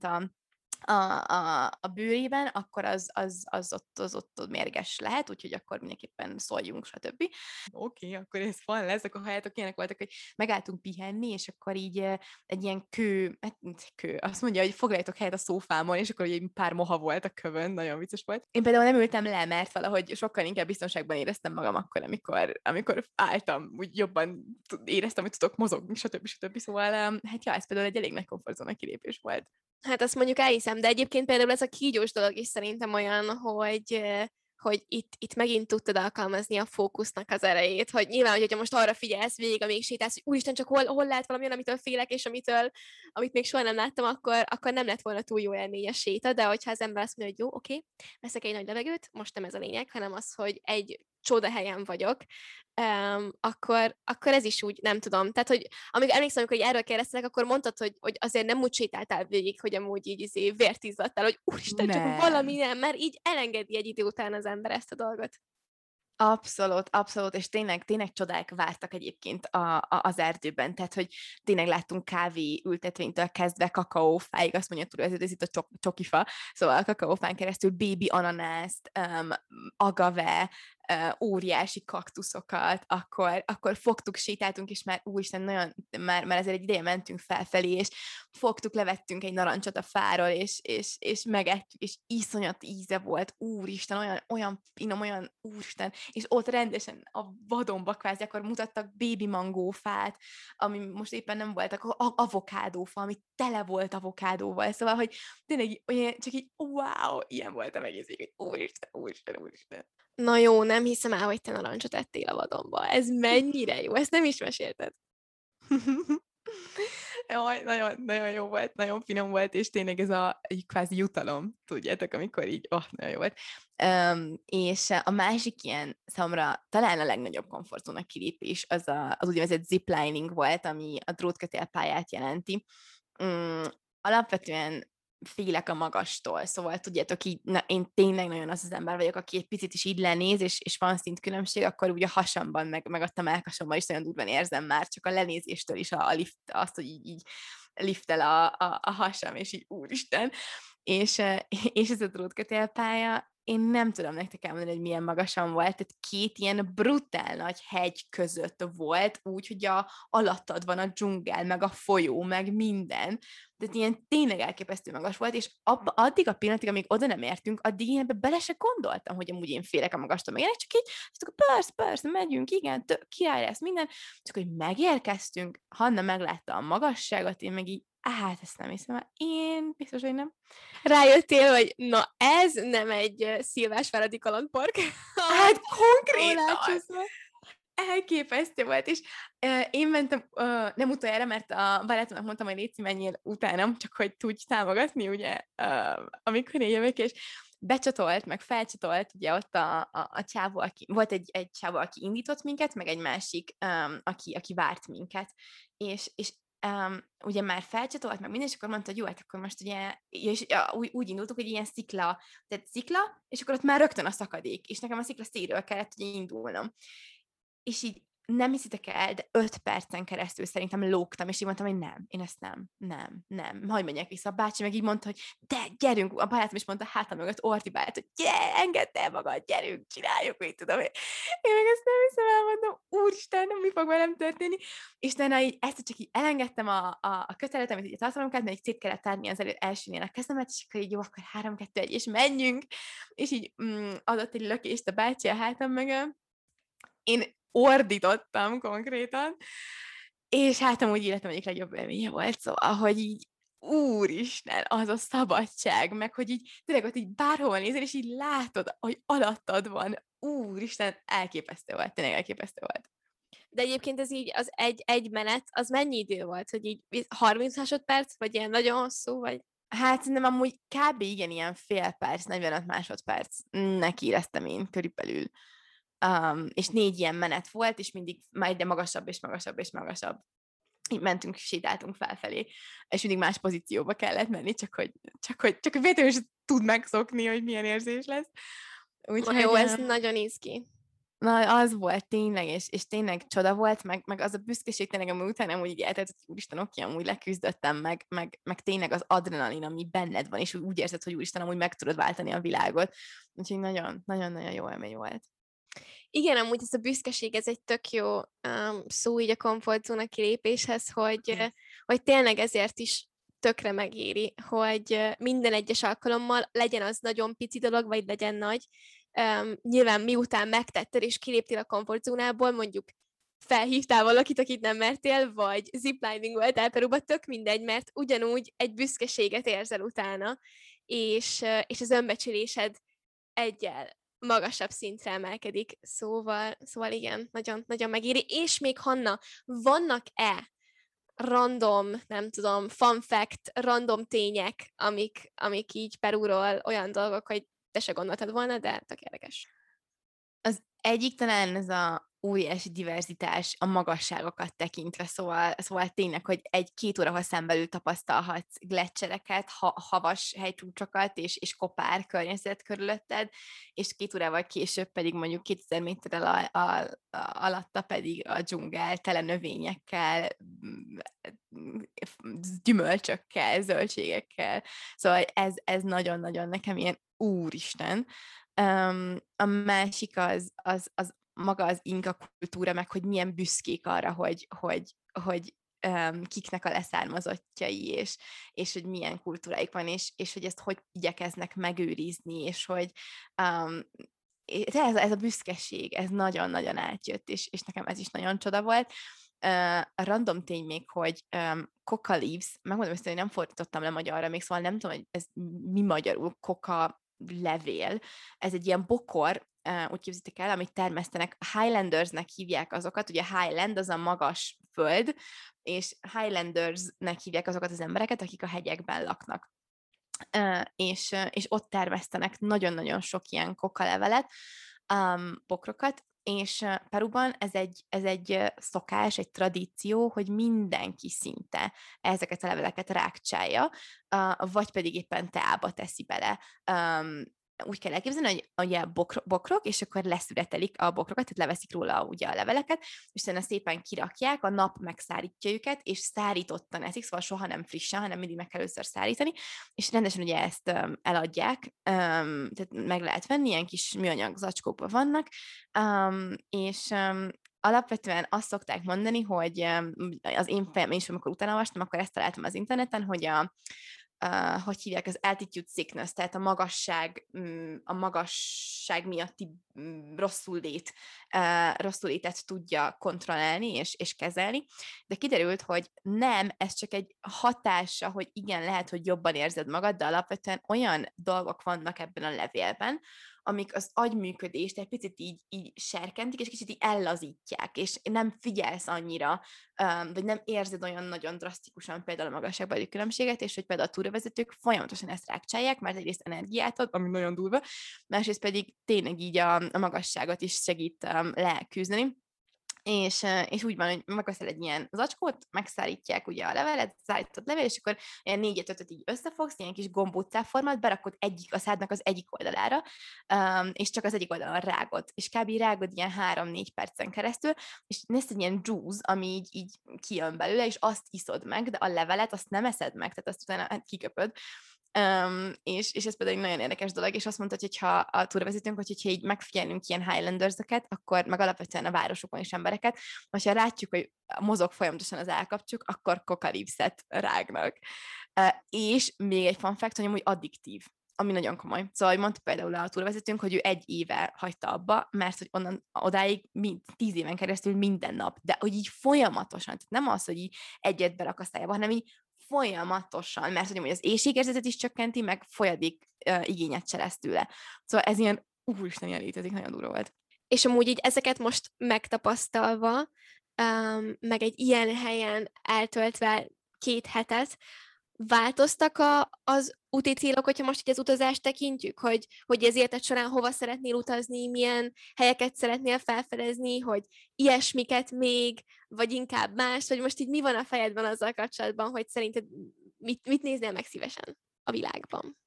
a bőrében, akkor az ott mérges lehet, úgyhogy akkor mindenképpen szóljunk, stb. Oké, akkor ez van lesz, akkor halljátok, ilyenek voltak, hogy megálltunk pihenni, és akkor így egy ilyen kő, azt mondja, hogy foglaljatok helyet a szófámon, és akkor egy pár moha volt a kövön, nagyon vicces volt. Én például nem ültem le, mert valahogy sokkal inkább biztonságban éreztem magam akkor, amikor álltam, úgy jobban éreztem, hogy tudok mozogni, stb. Szóval, hát ja, ez például egy elég nagy komfortzóna kilépés volt. Hát azt mondjuk elhiszem, de egyébként például ez a kígyós dolog is szerintem olyan, hogy itt megint tudtad alkalmazni a fókusznak az erejét, hogy nyilván, hogyha most arra figyelsz végig, amíg sétálsz, hogy úristen, csak hol lehet valami olyan, amitől félek, és amit még soha nem láttam, akkor nem lett volna túl jó élmény a séta, de hogyha az ember azt mondja, hogy jó, oké, veszek egy nagy levegőt, most nem ez a lényeg, hanem az, hogy egy csoda helyen vagyok, akkor ez is úgy, nem tudom. Tehát, hogy amíg emlékszem, hogy erről kérdeztelek, akkor mondtad, hogy azért nem úgy sétáltál végig, hogy amúgy így vért izzadtál, hogy úristen, csak valami nem, mert így elengedi egy idő után az ember ezt a dolgot. Abszolút, és tényleg csodák vártak egyébként az erdőben, tehát, hogy tényleg láttunk kávé ültetvénytől kezdve kakaófáig, azt mondja, hogy ez itt a csokifa, szóval a kakaófán keresztül bébi ananászt, agave, óriási kaktuszokat, akkor fogtuk, sétáltunk, és már úristen, már ezért egy ideje mentünk felfelé, és fogtuk, levettünk egy narancsot a fáról, és megettük, és iszonyat íze volt, úristen, olyan finom, olyan úristen, és ott rendesen a vadonba kvázi, akkor mutattak bébi mangófát, ami most éppen nem voltak, avokádófa, ami tele volt avokádóval, szóval, hogy tényleg olyan, csak így, wow, ilyen volt a egész, hogy úristen. Na jó, nem hiszem el, hogy te narancsot ettél a vadonba. Ez mennyire jó, ezt nem is mesélted. Jaj, nagyon jó volt, nagyon finom volt, és tényleg ez egy kvázi jutalom, tudjátok, amikor így, nagyon jó volt. És a másik ilyen számomra talán a legnagyobb komfortzóna kilépés az úgynevezett ziplining volt, ami a drótkötélpályát jelenti. Alapvetően félek a magastól, szóval tudjátok így, én tényleg nagyon az ember vagyok, aki egy picit is így lenéz, és van szintkülönbség, akkor ugye a hasamban, meg a melkasomban is nagyon durván érzem már, csak a lenézéstől is a lift, azt, hogy így liftel a hasam, és így úristen. és ez a drótkötélpálya, én nem tudom nektek elmondani, hogy milyen magasan volt, tehát két ilyen brutál nagy hegy között volt, úgy, hogy alattad van a dzsungel, meg a folyó, meg minden. Tehát ilyen tényleg elképesztő magas volt, és addig a pillanatig, amíg oda nem értünk, addig én ebbe bele se gondoltam, hogy amúgy én félek a magastól, meg ilyenek, csak így, persze, megyünk, igen, király lesz minden, csak hogy megérkeztünk, Hanna meglátta a magasságot, én meg így, hát ezt nem hiszem, én biztos, hogy nem. Rájöttél, hogy na ez nem egy Szilvásváradi kalandpark. Hát konkrétan! Elképesztő volt, és én mentem nem utoljára, mert a barátomnak mondtam, hogy légy, menjél utánam, csak hogy tudj támogatni, ugye, amikor én jövök, és becsatolt, meg felcsatolt, ugye ott a csávó, volt egy csávó, aki indított minket, meg egy másik, aki várt minket, és ugye már felcsatolt, meg minden, és akkor mondta, hogy jó, hát akkor most ugye, és úgy indultuk, hogy ilyen tehát szikla, és akkor ott már rögtön a szakadék, és nekem a szikla széről kellett ugye indulnom. És így nem hiszitek el, de 5 percen keresztül szerintem lógtam, és így mondtam, hogy nem, én ezt nem, hagyj menjek vissza. A bácsi meg így mondta, hogy de gyerünk, a barátom is mondta hátam mögött ordibált, hogy engedd el magad, gyerünk, csináljuk, mit tudom én. Én meg ezt nem hiszem el, mondom, úristen, mi fog velem történni. És utána így ezt csak így elengedtem a kötelet, amit így a tartalom kellett, mert így szét kellett tárni az elsőnél a kezemet, és akkor így jó, akkor 3, 2, 1, és menjünk. És így adott egy lökést a bácsi a hátam mögött. Én ordítottam konkrétan, és hát amúgy életem egyik legjobb élménye volt, szóval, hogy így úristen, az a szabadság, meg hogy így tényleg ott így bárhol nézel, és így látod, hogy alattad van, úristen, elképesztő volt, tényleg elképesztő volt. De egyébként ez így az egy menet, az mennyi idő volt? Hogy így 30 másodperc, vagy ilyen nagyon hosszú, vagy? Hát szerintem amúgy kb. Igen, ilyen fél perc, 45 másodperc neki éreztem én körülbelül. És 4 ilyen menet volt, és mindig már egyre magasabb, és magasabb, és magasabb. Így mentünk, sétáltunk felfelé, és mindig más pozícióba kellett menni, csak hogy véletlenül is tud megszokni, hogy milyen érzés lesz. Úgyhogy, jó, ez nagyon izgi. Na, az volt tényleg, és tényleg csoda volt, meg az a büszkeség tényleg, ami utána amúgy így eltelt, hogy úristen, oké, amúgy leküzdöttem, meg tényleg az adrenalin, ami benned van, és úgy érzed, hogy úristen, amúgy meg tudod váltani a világot. Úgyhogy nagyon-nagyon jó élmény volt. Igen, amúgy ez a büszkeség, ez egy tök jó szó így a komfortzóna kilépéshez, hogy tényleg ezért is tökre megéri, hogy minden egyes alkalommal legyen az nagyon pici dolog, vagy legyen nagy. Nyilván miután megtetted és kiléptél a komfortzónából, mondjuk felhívtál valakit, akit nem mertél, vagy ziplining voltál Peruba, tök mindegy, mert ugyanúgy egy büszkeséget érzel utána, és az önbecsülésed egyel magasabb szintre emelkedik. Szóval igen, nagyon, nagyon megéri. És még Hanna, vannak-e random, nem tudom, fun fact, random tények, amik így Perúról olyan dolgok, hogy te se gondoltad volna, de tök érdekes. Az egyik talán ez a óriási diverzitás a magasságokat tekintve, szóval tényleg, hogy 1-2 óra hosszán belül tapasztalhatsz gletszereket, havas hegycsúcsokat és kopár környezet körülötted, és 2 órával később pedig mondjuk 2000 méterrel alatta pedig a dzsungel tele növényekkel, gyümölcsökkel, zöldségekkel. Szóval ez nagyon-nagyon nekem ilyen úristen. A másik az maga az inka kultúra, meg hogy milyen büszkék arra, hogy kiknek a leszármazottjai, és hogy milyen kultúráik van, és hogy ezt hogy igyekeznek megőrizni, és hogy ez a büszkeség, ez nagyon-nagyon átjött, és nekem ez is nagyon csoda volt. A random tény még, hogy coca leaves, megmondom ezt, hogy nem fordítottam le magyarra még, szóval nem tudom, hogy ez mi magyarul coca levél. Ez egy ilyen bokor, úgy képzitek el, amit termesztenek. Highlandersnek hívják azokat, ugye Highland az a magas föld, és Highlandersnek hívják azokat az embereket, akik a hegyekben laknak. És ott termesztenek nagyon-nagyon sok ilyen kokalevelet, bokrokat, és Peruban ez egy szokás, egy tradíció, hogy mindenki szinte ezeket a leveleket rákcsálja, vagy pedig éppen teába teszi bele. úgy kell elképzelni, hogy ugye bokrok, és akkor leszüretelik a bokrokat, tehát leveszik róla ugye a leveleket, és utána szépen kirakják, a nap megszárítja őket, és szárítottan eszik, szóval soha nem frissen, hanem mindig meg kell először szárítani, és rendesen ugye ezt eladják, tehát meg lehet venni, ilyen kis műanyag zacskókban vannak, és alapvetően azt szokták mondani, hogy az én fejem is, amikor utána olvastam, akkor ezt találtam az interneten, hogy hogy hívják, az altitude sickness, tehát a magasság miatti rosszul létet tudja kontrollálni és kezelni, de kiderült, hogy nem, ez csak egy hatása, hogy igen, lehet, hogy jobban érzed magad, de alapvetően olyan dolgok vannak ebben a levélben, amik az agyműködést egy picit így serkentik, és kicsit így ellazítják, és nem figyelsz annyira, vagy nem érzed olyan nagyon drasztikusan például a magasságbeli különbséget, és hogy például a túravezetők folyamatosan ezt rákcsálják, mert egyrészt energiát ad, ami nagyon durva, másrészt pedig tényleg így a magasságot is segít leküzdeni. És úgy van, hogy megveszel egy ilyen zacskót, megszárítják ugye a levelet, szárított levél, és akkor ilyen 4-5-öt így összefogsz, ilyen kis gombócáformát, berakod a szádnak az egyik oldalára, és csak az egyik oldalon rágod, és kb. Rágod ilyen 3-4 percen keresztül, és nézd egy ilyen juice, ami így kijön belőle, és azt iszod meg, de a levelet azt nem eszed meg, tehát azt utána kiköpöd, és ez például egy nagyon érdekes dolog, és azt mondta, hogy ha a túravezetőnk, hogyha így megfigyelünk ilyen Highlanders-eket, akkor meg alapvetően a városokon is embereket, hogyha látjuk, hogy mozog folyamatosan az állkapcsuk, akkor kokalipszet rágnak. És még egy fun fact, hogy amúgy addiktív, ami nagyon komoly. Szóval mondta például a túravezetőnk, hogy ő 1 éve hagyta abba, mert hogy onnan odáig 10 éven keresztül minden nap, de hogy így folyamatosan, tehát nem az, hogy így egyet berak a szájába, hanem így folyamatosan, mert hogy az éhségérzetet is csökkenti, meg folyadék igényet se lesz tőle. Szóval ez ilyen, úristen, ilyen létezik, nagyon durva volt. És amúgy így ezeket most megtapasztalva, meg egy ilyen helyen eltöltve 2 hetet, változtak az úti célok, hogyha most így az utazást tekintjük, hogy az életed során hova szeretnél utazni, milyen helyeket szeretnél felfedezni, hogy ilyesmiket még, vagy inkább más, vagy most így mi van a fejedben azzal kapcsolatban, hogy szerinted mit néznél meg szívesen a világban?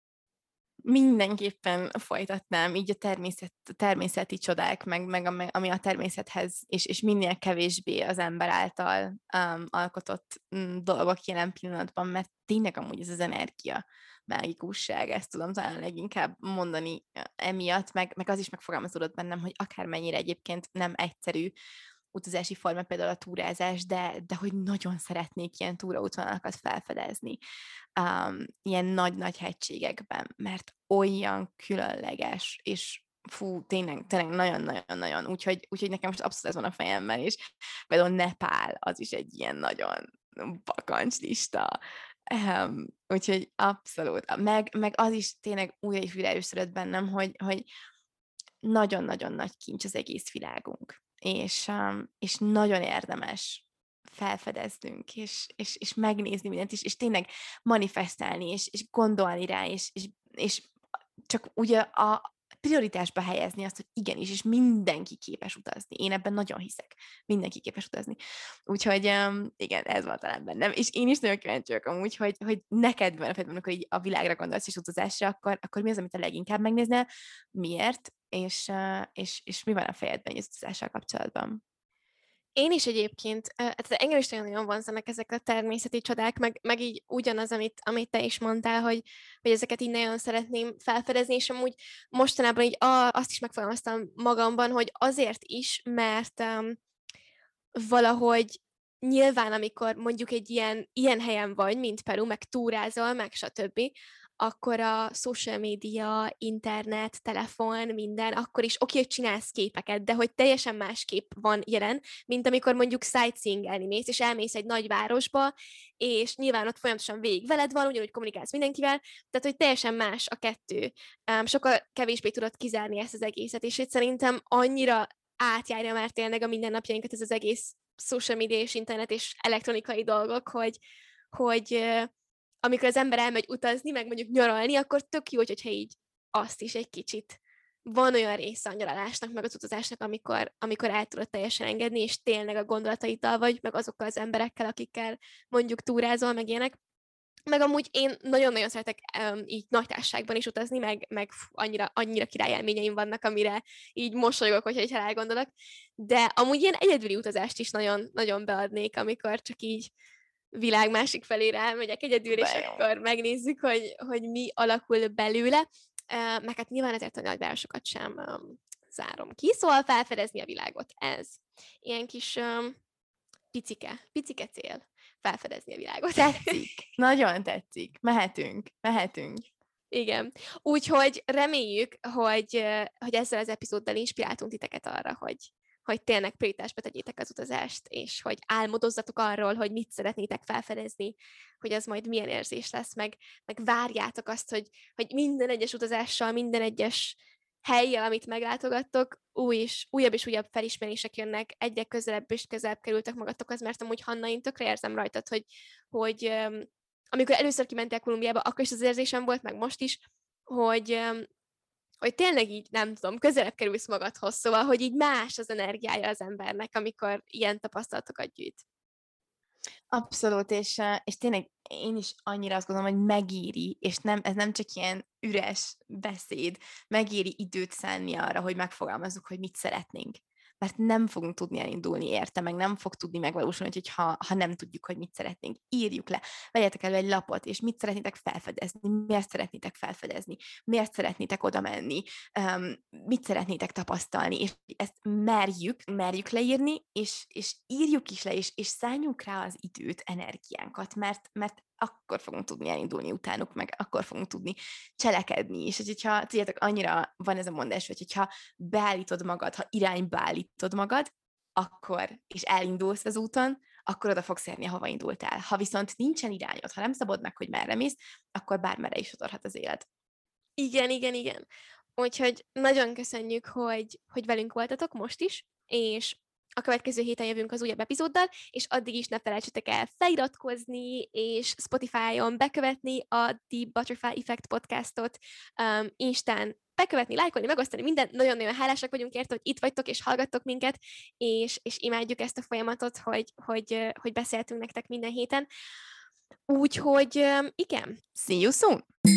Mindenképpen folytatnám így a természeti csodák, meg ami a természethez, és minél kevésbé az ember által alkotott dolgok jelen pillanatban, mert tényleg amúgy ez az energia mágikusság, ezt tudom talán leginkább mondani emiatt, meg az is megfogalmazódott bennem, hogy akármennyire egyébként nem egyszerű utazási forma, például a túrázás, de hogy nagyon szeretnék ilyen túraútvonalakat felfedezni, ilyen nagy-nagy hegységekben, mert olyan különleges, és fú, tényleg nagyon-nagyon-nagyon, úgyhogy nekem most abszolút ez van a fejemben, és például Nepál, az is egy ilyen nagyon bakancslista, úgyhogy abszolút. Meg az is tényleg újra és újra előszörött bennem, hogy nagyon-nagyon nagy kincs az egész világunk, és nagyon érdemes felfedeznünk, és megnézni mindent, és tényleg manifestálni, és gondolni rá, és csak ugye a prioritásba helyezni azt, hogy igenis, és mindenki képes utazni. Én ebben nagyon hiszek. Mindenki képes utazni. Úgyhogy igen, ez van talán bennem. És én is nagyon kíváncsi vagyok amúgy, hogy neked van a fejedben, amikor így a világra gondolsz és utazásra, akkor mi az, amit a leginkább megnéznél, miért, és mi van a fejedben az utazással kapcsolatban? Én is egyébként, tehát engem is nagyon vonzanak ezek a természeti csodák, meg így ugyanaz, amit te is mondtál, hogy ezeket így nagyon szeretném felfedezni, és amúgy mostanában így azt is megfogalmaztam magamban, hogy azért is, mert valahogy nyilván, amikor mondjuk egy ilyen helyen vagy, mint Peru, meg túrázol, meg stb., akkor a social media, internet, telefon, minden, akkor is oké, hogy csinálsz képeket, de hogy teljesen más kép van jelen, mint amikor mondjuk sightseeing-elni mész, és elmész egy nagy városba, és nyilván ott folyamatosan végig veled van, ugyanúgy kommunikálsz mindenkivel, tehát hogy teljesen más a kettő. Sokkal kevésbé tudod kizárni ezt az egészet, és itt szerintem annyira átjárja már tényleg a mindennapjainkat ez az egész social media és internet és elektronikai dolgok, hogy amikor az ember elmegy utazni, meg mondjuk nyaralni, akkor tök jó, hogyha így azt is egy kicsit van olyan része a nyaralásnak, meg az utazásnak, amikor el tudod teljesen engedni, és tényleg a gondolataiddal vagy, meg azokkal az emberekkel, akikkel mondjuk túrázol, meg ilyenek. Meg amúgy én nagyon-nagyon szeretek így nagy társaságban is utazni, meg annyira királyélményeim vannak, amire így mosolygok, hogyha így elgondolok. De amúgy ilyen egyedüli utazást is nagyon, nagyon beadnék, amikor csak így világ másik felére elmegyek egyedül, és akkor megnézzük, hogy mi alakul belőle. Meg hát nyilván ezért a nagyvárosokat sem zárom ki, szóval felfedezni a világot. Ez ilyen kis picike cél. Felfedezni a világot. Tetszik, nagyon tetszik. Mehetünk. Igen. Úgyhogy reméljük, hogy ezzel az epizóddal inspiráltunk titeket arra, hogy tényleg prioritásba tegyétek az utazást, és hogy álmodozzatok arról, hogy mit szeretnétek felfedezni, hogy az majd milyen érzés lesz, meg várjátok azt, hogy minden egyes utazással, minden egyes hellyel, amit meglátogattok, újabb és újabb felismerések jönnek, egyre közelebb és közelebb kerültek magatokhoz, mert amúgy Hanna, én tökre érzem rajtad, hogy amikor először kimentél Kolumbiába, akkor is az érzésem volt, meg most is, hogy tényleg így, nem tudom, közelebb kerülsz magadhoz, szóval, hogy így más az energiája az embernek, amikor ilyen tapasztalatokat gyűjt. Abszolút, és tényleg én is annyira azt gondolom, hogy megéri, és ez nem csak ilyen üres beszéd, megéri időt szánni arra, hogy megfogalmazzuk, hogy mit szeretnénk. Mert nem fogunk tudni elindulni érte, meg nem fog tudni megvalósulni, hogyha nem tudjuk, hogy mit szeretnénk. Írjuk le, vegyetek elő egy lapot, és mit szeretnétek felfedezni, miért szeretnétek felfedezni, miért szeretnétek oda menni, mit szeretnétek tapasztalni, és ezt merjük leírni, és írjuk is le, és szálljunk rá az időt, energiánkat, mert akkor fogunk tudni elindulni utánuk, meg akkor fogunk tudni cselekedni is. És hogyha, tudjátok, annyira van ez a mondás, hogy hogyha beállítod magad, ha irányba állítod magad, akkor, és elindulsz az úton, akkor oda fogsz érni, ahova indultál. Ha viszont nincsen irányod, ha nem szabod meg, hogy merre mész, akkor bármerre is sodorhat az élet. Igen. Úgyhogy nagyon köszönjük, hogy velünk voltatok most is, és a következő héten jövünk az újabb epizóddal, és addig is ne felejtsetek el feliratkozni, és Spotify-on bekövetni a The Butterfly Effect podcastot, Instán bekövetni, lájkolni, megosztani, minden. Nagyon-nagyon hálásak vagyunk érte, hogy itt vagytok, és hallgattok minket, és imádjuk ezt a folyamatot, hogy beszéltünk nektek minden héten. Úgyhogy igen. See you soon!